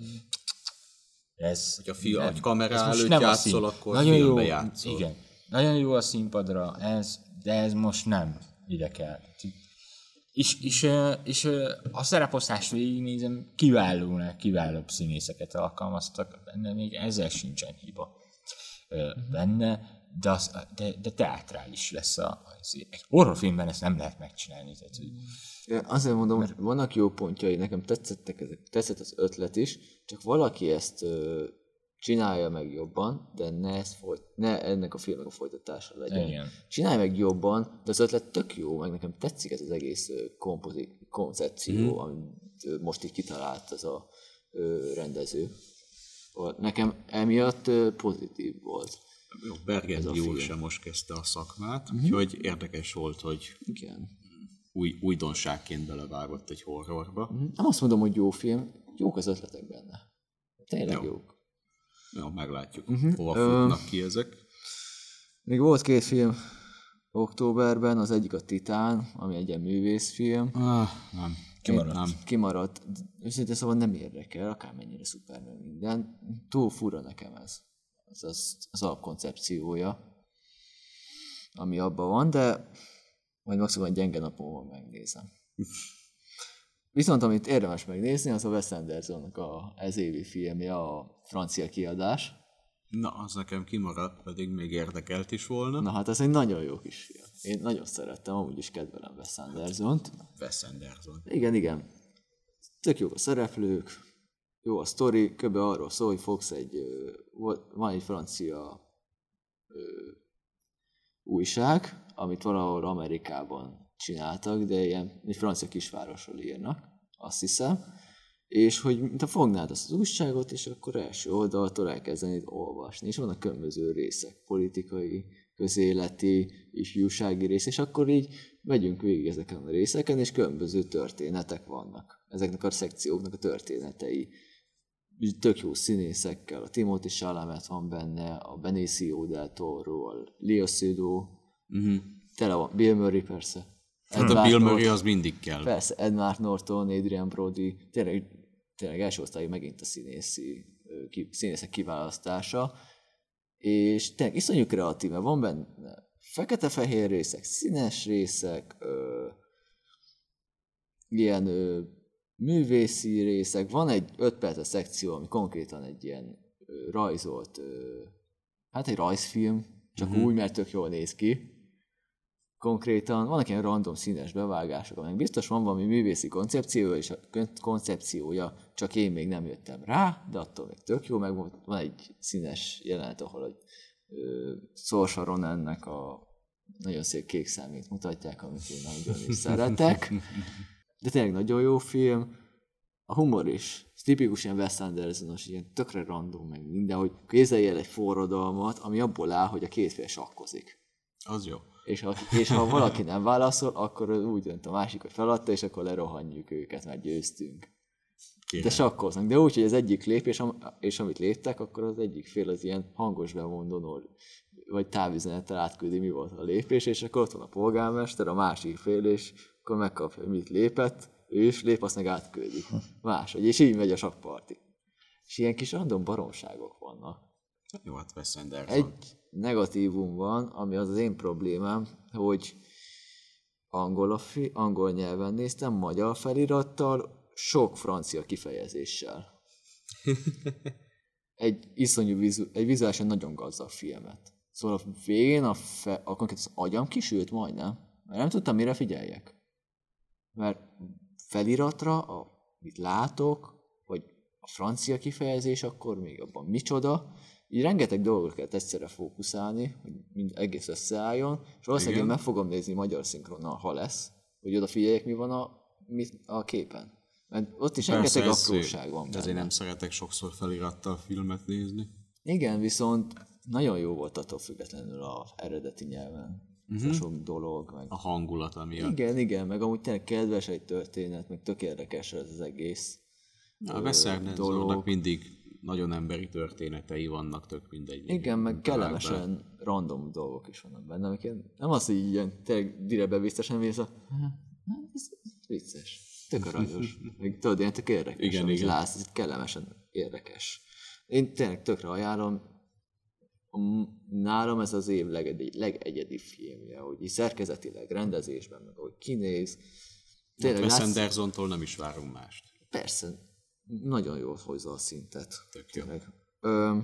ez... Hogy a fi- nem, a kamera ez most előtt nem a játszol, szín. akkor nagyon filmbe jó, játszol. Igen. Nagyon jó a színpadra ez, de ez most nem ide kell. És, és, és a szereposztást végignézem, kiválónál kiválóbb színészeket alkalmaztak, benne még ezzel sincsen hiba benne, de, az, de, de teátrális lesz a, az, egy horrorfilmben ezt nem lehet megcsinálni. Tehát, hogy... Azért mondom, hogy vannak jó pontjai, nekem tetszettek ezek, tetszett az ötlet is, csak valaki ezt ö, csinálja meg jobban, de ne, ezt folyt, ne ennek a filmnek a folytatása legyen. Igen. Csinálj meg jobban, de az ötlet tök jó, meg nekem tetszik ez az egész ö, kompozi, koncepció, mm. amit ö, most így kitalált az a ö, rendező. Nekem emiatt ö, pozitív volt. Jó, Bergendi úr sem most kezdte a szakmát, uh-huh. úgyhogy érdekes volt, hogy Igen. új, újdonságként belevágott egy horrorba. Uh-huh. Nem azt mondom, hogy jó film, jók az ötletek benne. Tényleg Jó. jók. Jó, meglátjuk, Mhm. uh-huh. hova futnak ki ezek. Még volt két film októberben, az egyik a Titán, ami egy ilyen művészfilm. Ah, nem. Kimaradt. Nem. Kimaradt. Őszintén szóval nem érdekel, akármennyire szuper meg minden. Túl fura nekem ez. Ez az, az alapkoncepciója, ami abban van, de majd maximum egy gyenge napon megnézem. Viszont amit érdemes megnézni, az a Wes Andersonnak a ez évi filmje, a francia kiadás. Na, az nekem kimaradt, pedig még érdekelt is volna. Na hát ez egy nagyon jó kis film. Én nagyon szerettem, amúgy is kedvelem Wes Andersont. Wes Anderson. Igen, igen. Tök jók a szereplők, jó a sztori, kb. Arról szól, hogy fogsz egy, ö, van egy francia ö, újság, amit valahol Amerikában csináltak, de ilyen egy francia kisvárosról írnak, azt hiszem, és hogy mint a fognád azt az újságot, és akkor első oldaltól elkezdenéd olvasni, és vannak különböző részek, politikai, közéleti, ifjúsági rész, és akkor így megyünk végig ezeken a részeken, és különböző történetek vannak ezeknek a szekcióknak a történetei. Tök jó színészekkel, a Timothy Chalamet van benne, a Benicio del Toro, a Leo Seydoux, uh-huh. tele van, Bill Murray persze. Hát a Bill Murray az mindig kell. Persze, Edward Norton, Adrian Brody, tényleg, tényleg első osztályú megint a színészi, ki, színészek kiválasztása, és tényleg iszonyú kreatív, mert van benne fekete-fehér részek, színes részek, ö, ilyen ö, művészi részek, van egy öt perces szekció, ami konkrétan egy ilyen ö, rajzolt, ö, hát egy rajzfilm, csak uh-huh. úgy, mert tök jól néz ki. Konkrétan vannak ilyen random színes bevágások, amelyek biztos van valami művészi koncepciója, és a koncepciója, csak én még nem jöttem rá, de attól még tök jó, meg van egy színes jelenet, ahol egy Saoirse Ronannek a nagyon szép kék szemét mutatják, amit én nagyon is szeretek. De tényleg nagyon jó film. A humor is. Ez tipikus ilyen Wes Andersonos, ilyen tökre random, meg minden, hogy kézzelj el egy forradalmat, ami abból áll, hogy a két fél sakkozik. Az jó. És ha, és ha valaki nem válaszol, akkor úgy dönt a másik, hogy feladta, és akkor lerohanjuk őket, mert győztünk. Kérem. De sakkoznak. De úgy, hogy az egyik lép, és, am- és amit léptek, akkor az egyik fél az ilyen hangos bemondón, vagy távüzenettel átküldi, mi volt a lépés, és akkor ott van a polgármester, a másik fél, és akkor megkapja, mit lépett, ő is lép, azt meg átküldik. Máshogy, és így megy a sakkparti. És ilyen kis random baromságok vannak. Jó, hát Wes Anderson. Egy negatívum van, ami az az én problémám, hogy angol, a fi- angol nyelven néztem, magyar felirattal, sok francia kifejezéssel. Egy iszonyú, vizu- egy vizuálisan nagyon gazdag filmet. Szóval a végén a, fe- a konkrét az agyam kisült majdnem, mert nem tudtam, mire figyeljek. Mert feliratra, amit látok, vagy a francia kifejezés, akkor még abban micsoda, így rengeteg dolgot kell egyszerre fókuszálni, hogy mind egész összeálljon, és valószínűleg én meg fogom nézni magyar szinkronnal, ha lesz, hogy odafigyeljek, mi van a, mi a képen. Mert ott is Persze, rengeteg apróság van benne. Ezért nem szeretek sokszor felirattal filmet nézni. Igen, viszont nagyon jó volt attól függetlenül az eredeti nyelven. Uh-huh. Sok dolog. Meg... A hangulat miatt. Igen, igen, meg amúgy tényleg kedves egy történet, meg tök érdekes ez az egész a Wes Andersonnak mindig nagyon emberi történetei vannak, tök mindegy. Igen, meg kellemesen random dolgok is vannak benne, amik nem az, hogy ilyen tényleg direbe biztosan mész a... Ez vicces, tök aranyos, meg tudod, ilyen tök érdekes, igen, amit igen. látsz, ez kellemesen érdekes. Én tényleg tökre ajánlom, nálam ez az év legegyedi, legegyedi filmje, hogy így szerkezetileg, rendezésben, meg ahogy kinéz. Tényleg Wes Andersontól nem is várunk mást. Persze, nagyon jól hozza a szintet. Tök jó. Ö,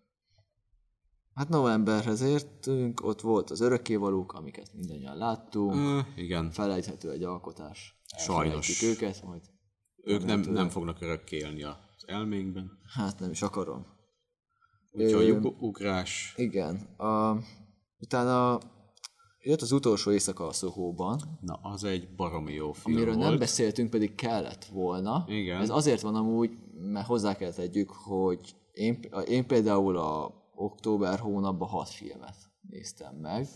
hát novemberhez értünk, ott volt az Örökkévalók, amiket mindannyian láttunk. Ö, igen. Felejthető egy alkotás. Sajnos. Őket, majd ők nem, nem fognak örökké élni az elménkben. Hát nem is akarom. Úgyhogy Ö, ugrás. Igen. A, utána jött az utolsó éjszaka a Sohóban. Na, az egy baromi jó film amiről volt. nem beszéltünk, pedig kellett volna. Igen. Ez azért van amúgy, mert hozzá kell tegyük, hogy én, én például a október hónapban hat filmet néztem meg,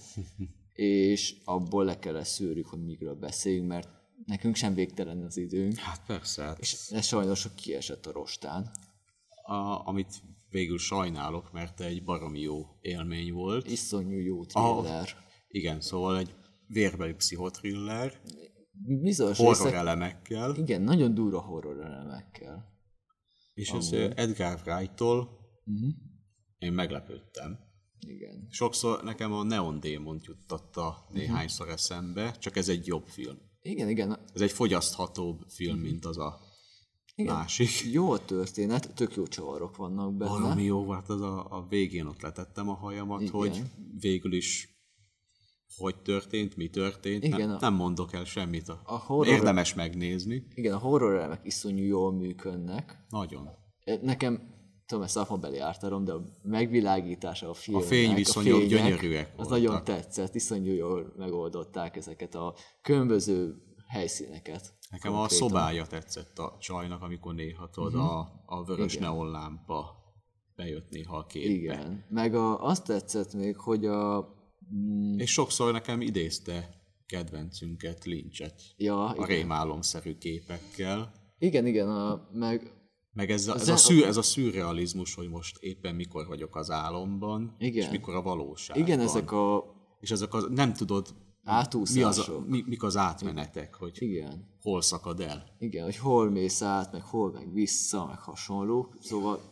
és abból le kellett szűrjük, hogy mikről beszéljünk, mert nekünk sem végtelen az időnk. Hát persze. Hát... És ez sajnos kiesett a rostán. A, amit végül sajnálok, mert egy baromi jó élmény volt. Iszonyú jó thriller. Ah, igen, szóval egy vérbeli pszichotriller. Bizonyos horror részek, elemekkel. Igen, nagyon durva horror elemekkel. És ez Edgar Wright-tól uh-huh. én meglepődtem. Igen. Sokszor nekem a Neon Demont juttatta néhányszor eszembe, csak ez egy jobb film. Igen, igen. Ez egy fogyaszthatóbb film, mint az a igen. másik. Jó a történet, tök jó csavarok vannak benne. Valami jó volt, az a, a végén ott letettem a hajamat, igen. hogy végül is hogy történt, mi történt. Igen, nem, a, nem mondok el semmit. A, a horror, érdemes megnézni. Igen, a horror elemek iszonyú jól működnek. Nagyon. Nekem, tudom, ez szakmabeli ártalom, de a megvilágítása a filmnek, a fényviszonyok gyönyörűek az voltak. nagyon tetszett, iszonyú jól megoldották ezeket a különböző helyszíneket. Nekem konkrétan. A szobája tetszett a csajnak, amikor néha tudod, uh-huh. a, a vörös igen. neonlámpa bejött néha a képbe. Igen, meg a, azt tetszett még, hogy a... Mm, és sokszor nekem idézte kedvencünket, Lynchet, ja, a rémálomszerű képekkel. Igen, igen, a, meg... Meg ez a, ez, a, a szür, ez a szürrealizmus, hogy most éppen mikor vagyok az álomban, igen. és mikor a valóságban. Igen, ezek a... És ezek a, nem tudod, mi az a, mi, mik az átmenetek, hogy igen. hol szakad el. Igen, hogy hol mész át, meg hol meg vissza, meg hasonlók. Szóval,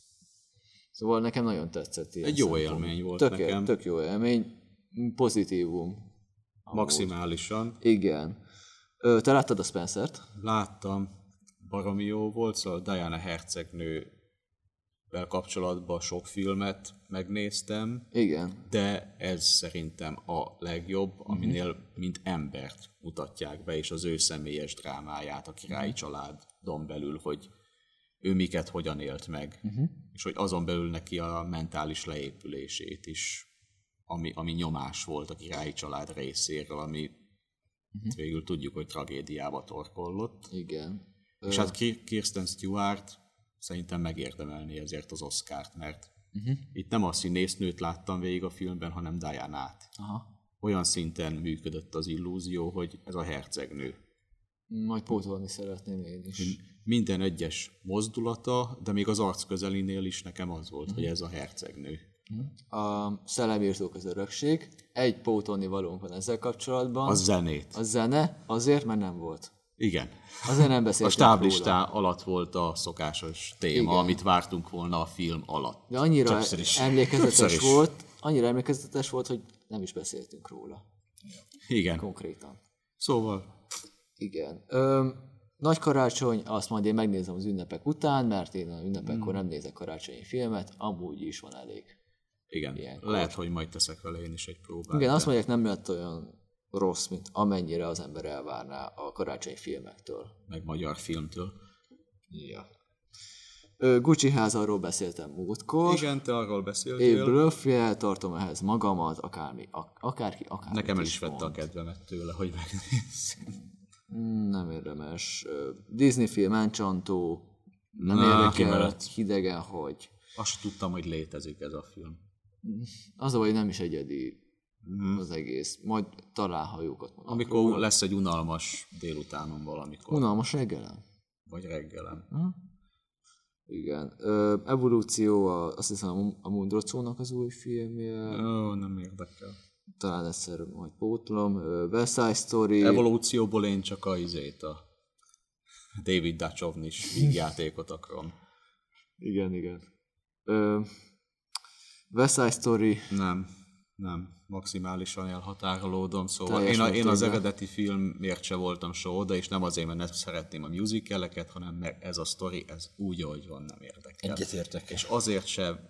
szóval nekem nagyon tetszett ilyen Egy jó szempontból. élmény volt tök, nekem. Tök jó élmény, pozitívum. Maximálisan. Igen. Ö, te láttad a Spencert? Láttam, baromi jó volt, szóval Diana hercegnővel kapcsolatban sok filmet megnéztem. Igen. De ez szerintem a legjobb, aminél mint embert mutatják be, és az ő személyes drámáját a királyi családon belül, hogy ő miket hogyan élt meg, uh-huh. és hogy azon belül neki a mentális leépülését is, ami, ami nyomás volt a királyi család részéről, ami uh-huh. végül tudjuk, hogy tragédiába torkollott. Igen. És hát Kirsten Stewart szerintem megérdemelni ezért az Oscart, mert uh-huh. itt nem a színésznőt láttam végig a filmben, hanem Dianát. Aha. Olyan szinten működött az illúzió, hogy ez a hercegnő. Majd pótolni szeretném én is. Minden egyes mozdulata, de még az arc közelinél is nekem az volt, uh-huh. hogy ez a hercegnő. A Szellemírtók az örökség. Egy pótolni valónk van ezzel kapcsolatban. A zenét. A zene azért, mert nem volt. Igen. Azért nem beszéltünk A stáblistá alatt volt a szokásos téma, igen. amit vártunk volna a film alatt. De annyira emlékezetes is. volt, annyira emlékezetes volt, hogy nem is beszéltünk róla. Igen. Konkrétan. Szóval. Igen. Ö, Nagy karácsony, azt majd én megnézem az ünnepek után, mert én az ünnepekkor nem nézek karácsonyi filmet, amúgy is van elég. Igen. Ilyenkor. Lehet, hogy majd teszek vele én is egy próbát. Igen, de... azt mondják, nem lett olyan rossz, mint amennyire az ember elvárná a karácsonyi filmektől. Meg magyar filmtől. Ja. Ö, Gucci ház, arról beszéltem múltkor. Igen, te arról beszéltél. Én blöffjel tartom ehhez magamat, akármi, ak- akárki, akármi. Nekem el is vette a kedvemet tőle, hogy megnézzem. Nem érdemes. Disney film, Encanto, nem Na, érdekel, hidegen, hogy... Azt tudtam, hogy létezik ez a film. Az a baj, nem is egyedi mm. az egész. Majd talán, ha jókat mondok. Amikor róla. Lesz egy unalmas délutánon valamikor. Unalmas reggelem? Vagy reggelem. Hm? Igen. Ö, evolúció, a, azt hiszem a Mundrocónak az új filmje. Ó, nem érdekel. Talán egyszer majd pótlom. West Side Story. Evolúcióból én csak a izét, a David Duchovny-s vígjátékot akarom. Igen, igen. Ö, West Side Story. Nem, nem. Maximálisan elhatárolódom, szóval én, a, én az eredeti filmért se voltam soha oda, és nem azért, mert nem szeretném a musicaleket, hanem mert ez a sztori, ez úgy, ahogy van, nem érdekel. Egyetértek. És azért sem,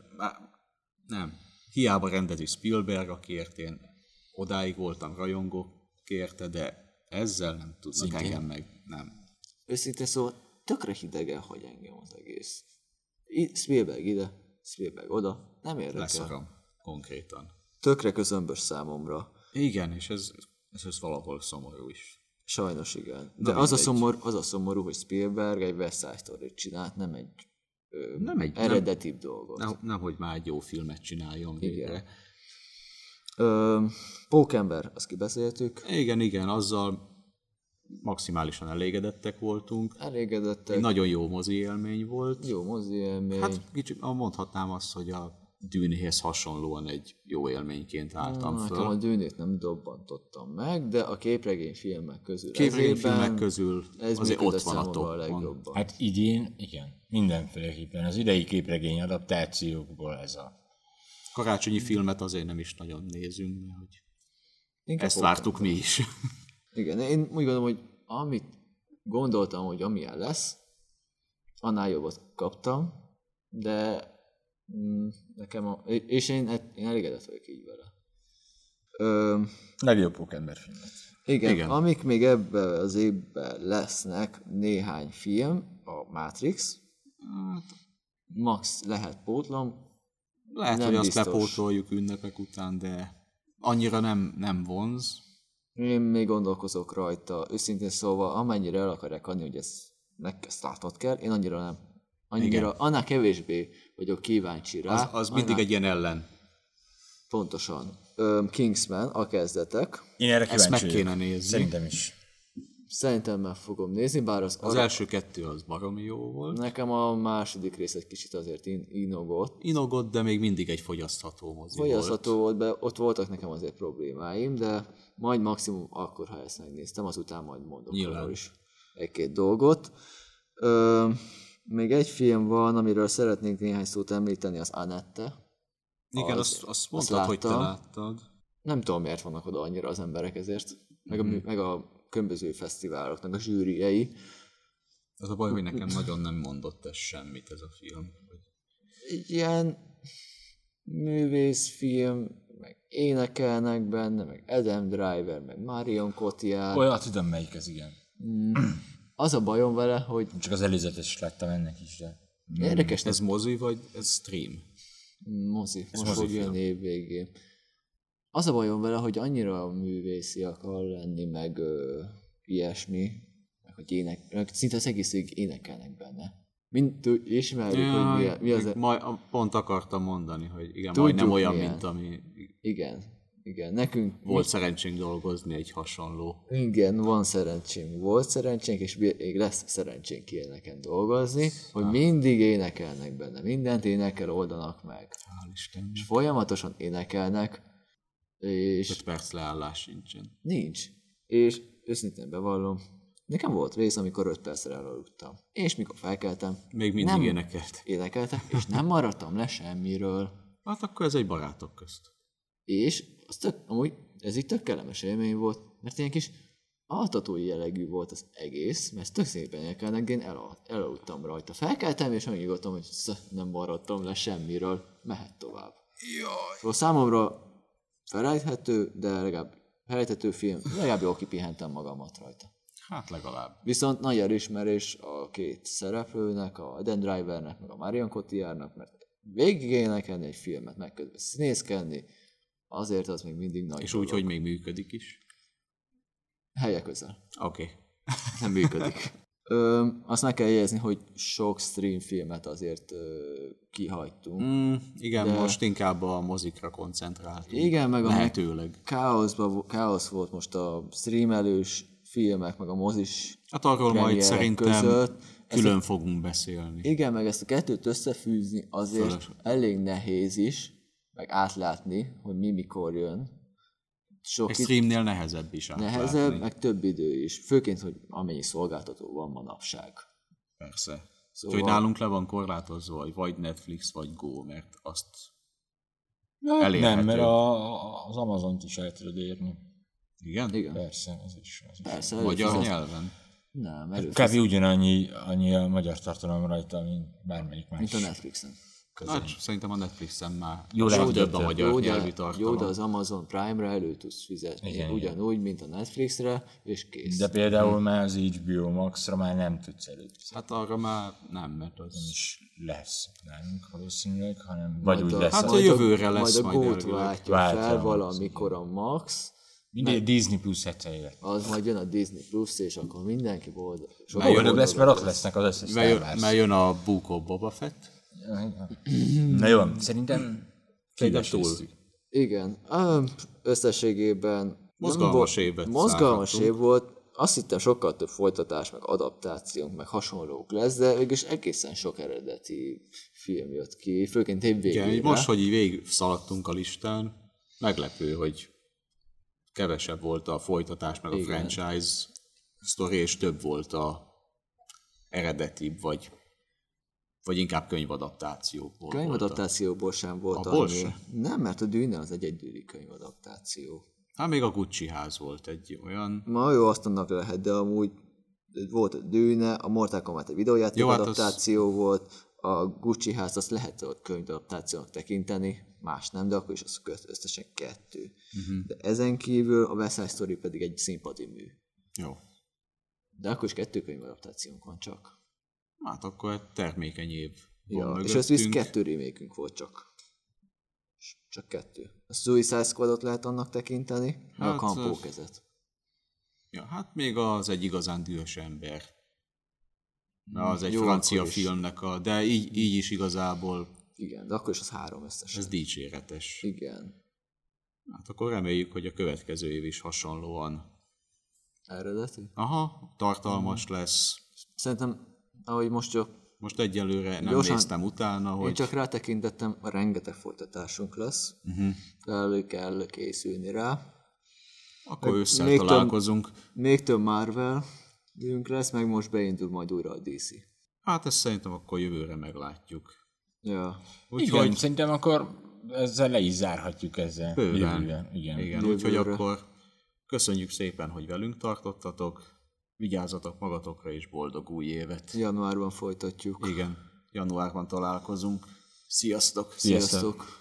nem, hiába rendezi Spielberg, akiért én odáig voltam rajongó kérte, de ezzel nem tudnak Szintén. engem meg, nem. Őszintén szóval tökre hidegen hagy engem az egész. I- Spielberg ide, Spielberg oda, nem érdekel. Leszarom, konkrétan. Tökre közömbös számomra. Igen, és ez, ez, ez valahol szomorú is. Sajnos igen. De az a, szomor, az a szomorú, hogy Spielberg egy West Side Story-t csinált, nem egy, ö, nem egy eredetibb nem, dolgot. Nem, nem, hogy már egy jó filmet csináljon végre. Ö, Pókember, azt kibeszéltük. Igen, igen, azzal maximálisan elégedettek voltunk. Elégedettek. Egy nagyon jó mozi élmény volt. Jó mozi élmény. Hát kicsit mondhatnám azt, hogy a Dűnéhez hasonlóan egy jó élményként álltam Na, föl. Nekem a Dűnét nem dobbantottam meg, de a képregény filmek közül képregény filmek közül ez azért ott van a a topban. legjobban. Hát idén, igen, mindenféleképpen. Az idei képregény adaptációkból ez a... Karácsonyi filmet azért nem is nagyon nézünk, mert hogy Inkább ezt vártuk mi is. Igen, én úgy gondolom, hogy amit gondoltam, hogy amilyen lesz, annál jobbat kaptam, de mm, nekem a, és én, én elégedett vagyok így vele. Ö, Legjobb Pókember filmet. Igen, Igen, amik még ebben az évben lesznek, néhány film, a Matrix, max lehet pótlom. Lehet, nem hogy azt biztos. lepótoljuk ünnepek után, de annyira nem, nem vonz. Én még gondolkozok rajta, őszintén szóval, amennyire el akarják adni, hogy ez megkezdtartott kell, én annyira nem. Annyira, Igen. annál kevésbé vagyok kíváncsi rá. Az, az mindig annál... egy ilyen ellen. Pontosan. Um, Kingsman, a kezdetek. Én erre Ezt kíváncsi meg vagyok. kéne nézni. Szerintem is. Szerintem meg fogom nézni, bár az... Az első kettő az baromi jó volt. Nekem a második rész egy kicsit azért in- inogott. Inogott, de még mindig egy fogyasztható mozi Fogyasztható volt, be, ott voltak nekem azért problémáim, de majd maximum akkor, ha ezt megnéztem, azután majd mondok arról is egy-két dolgot. Ö, még egy film van, amiről szeretnénk néhány szót említeni, az Annette. Igen, az, azt, azt mondtad, hogy te láttad. Nem tudom, miért vannak oda annyira az emberek ezért, meg a, mm-hmm. meg a különböző fesztiváloknak a zsűriei. Az a baj, hogy nekem nagyon nem mondott ez semmit ez a film. Egy ilyen művészfilm, meg énekelnek benne, meg Adam Driver, meg Marion Cotillard. Olyat tudom, melyik ez, igen. Mm. Az a bajom vele, hogy... Csak az előzetes láttam ennek is, de... Érdekes. Ez mozi, vagy ez stream? Mozi. Most mozi fog jönni év végén. Az a bajom vele, hogy annyira művészi akar lenni, meg ö, ilyesmi, meg hogy ének, meg szinte az egészig énekelnek benne. Mint ismerjük, ja, hogy mi, mi az... A... Majd, pont akartam mondani, hogy igen, majdnem olyan, milyen. Mint ami... Igen, igen, nekünk... Volt mi... szerencsénk dolgozni egy hasonló. Igen, van szerencsénk, volt szerencsénk, és még lesz szerencsénk ilyeneken dolgozni, hogy ah. mindig énekelnek benne, mindent énekel oldanak meg. Hál' Isten. És folyamatosan énekelnek, és... öt perc leállás sincsen. Nincs. És őszintén bevallom, nekem volt rész, amikor öt percre elaludtam. És mikor felkeltem... Még mindig nem énekelt. Énekeltem, és nem maradtam le semmiről. Hát akkor ez egy barátok közt. És az tök, amúgy ez így tök kellemes élmény volt, mert ilyen kis altatói jellegű volt az egész, mert tök szépen énekelnek, de én elal, elaludtam rajta. Felkeltem, és megnyugodtam, hogy nem maradtam le semmiről, mehet tovább. Jaj. Szóval számomra felejthető, de legalább felejthető film, legalább jól kipihentem magamat rajta. Hát legalább. Viszont nagy elismerés a két szereplőnek, a Dan Drivernek, meg a Marion Cotillardnak, mert végig énekelni egy filmet, meg közben színészkedni, azért az még mindig nagy. És úgy, hogy még működik is? Helye közel. Oké. Okay. Nem működik. Ö, azt meg kell jegyezni, hogy sok stream filmet azért ö, kihagytunk. Mm, igen, de... most inkább a mozikra koncentráltunk. Igen, meg lehetőleg. A káoszba, káosz volt most a streamelős filmek, meg a mozis hát arról majd szerintem között. külön ezt fogunk beszélni. Igen, meg ezt a kettőt összefűzni azért Fölös. elég nehéz is, meg átlátni, hogy mi mikor jön. Sok egy streamnél nehezebb is átlátni. Nehezebb, meg több idő is. Főként, hogy amennyi szolgáltató van manapság. Persze. Szóval... hogy nálunk le van korlátozva, hogy vagy Netflix, vagy Go, mert azt ja, elérhető. Nem, mert a, az Amazont is el tudod érni. Igen? Igen. Persze, az is. Az Persze, is. Magyar az nyelven? Nem, kb. Ugyanannyi annyi a magyar tartalom rajta, mint bármelyik más. Mint a Netflixen. Hát, szerintem a Netflixen már jó sok több a magyar jó, nyelvi tartalom. Jó, de az Amazon Prime-ra elő tudsz fizetni. Igen, ugyanúgy, igen. mint a Netflixre, és kész. De például hmm. már az há bé o Max-ra már nem tudsz előfizetni. Hát arra már nem, mert az... Nem is lesz nálunk valószínűleg, hanem vagy úgy lesz. Hát a jövőre lesz majd. Majd a Go-t váltja fel valamikor a Max. Mindegy Disney Plus egyszer élet. Az majd jön a Disney Plus, és akkor mindenki boldog. Boldog lesz, mert ott lesznek az összes Star Wars. Mert jön a Book Boba Fett. Na jó, szerintem Szerintem túl. Igen, összességében mozgalmas évet mozgalmas év volt. Azt hittem sokkal több folytatás, meg adaptációnk, meg hasonlók lesz, de végülis egészen sok eredeti film jött ki, főként év végére. Igen, most, hogy így végig szaladtunk a listán, meglepő, hogy kevesebb volt a folytatás, meg a igen. franchise sztori, és több volt a eredetibb, vagy vagy inkább könyvadaptációból. Könyvadaptációból sem volt annyi. Se? Nem, mert a Dűne az egy egyedüli könyvadaptáció. Hát még a Gucci ház volt egy olyan... Ma jó, azt annak lehet, de amúgy volt a Dűne, a Mortal Kombat egy videójáték jó, adaptáció hát az... volt, a Gucci ház azt lehet a könyvadaptációnak tekinteni, más nem, de akkor is az összesen kettő. Uh-huh. De ezen kívül a West Side Story pedig egy színpadi mű. Jó. De akkor is kettő könyvadaptációnk van csak. Hát akkor egy termékeny év ja, van és az visz kettő remékünk volt csak. Csak kettő. A Suicide Squadot lehet annak tekinteni, hát, a Kampókezet. Ja, hát még az egy igazán dühös ember. Na, az egy jó, francia filmnek a... De így, így is igazából... Igen, de akkor is az három összesen. Ez dicséretes. Igen. Hát akkor reméljük, hogy a következő év is hasonlóan eredeti. Aha, tartalmas lesz. Szerintem, ahogy most csak Most egyelőre nem Gyorsan- néztem utána, Én hogy csak rátekintettem, rengeteg folytatásunk lesz. Uh-huh. Elő kell készülni rá. akkor ősszel még találkozunk. Még több Marvel időnk lesz, meg most beindul majd újra a dé cé. Hát ezt szerintem akkor jövőre meglátjuk. Ja. Igen, Úgyhogy szerintem akkor ezzel le is zárhatjuk ezzel. bőven. Jövőre. Igen. Igen, Jövőre. úgyhogy akkor köszönjük szépen, hogy velünk tartottatok. Vigyázzatok magatokra és boldog új évet. Januárban folytatjuk. Igen, januárban találkozunk. Sziasztok! Sziasztok. Sziasztok.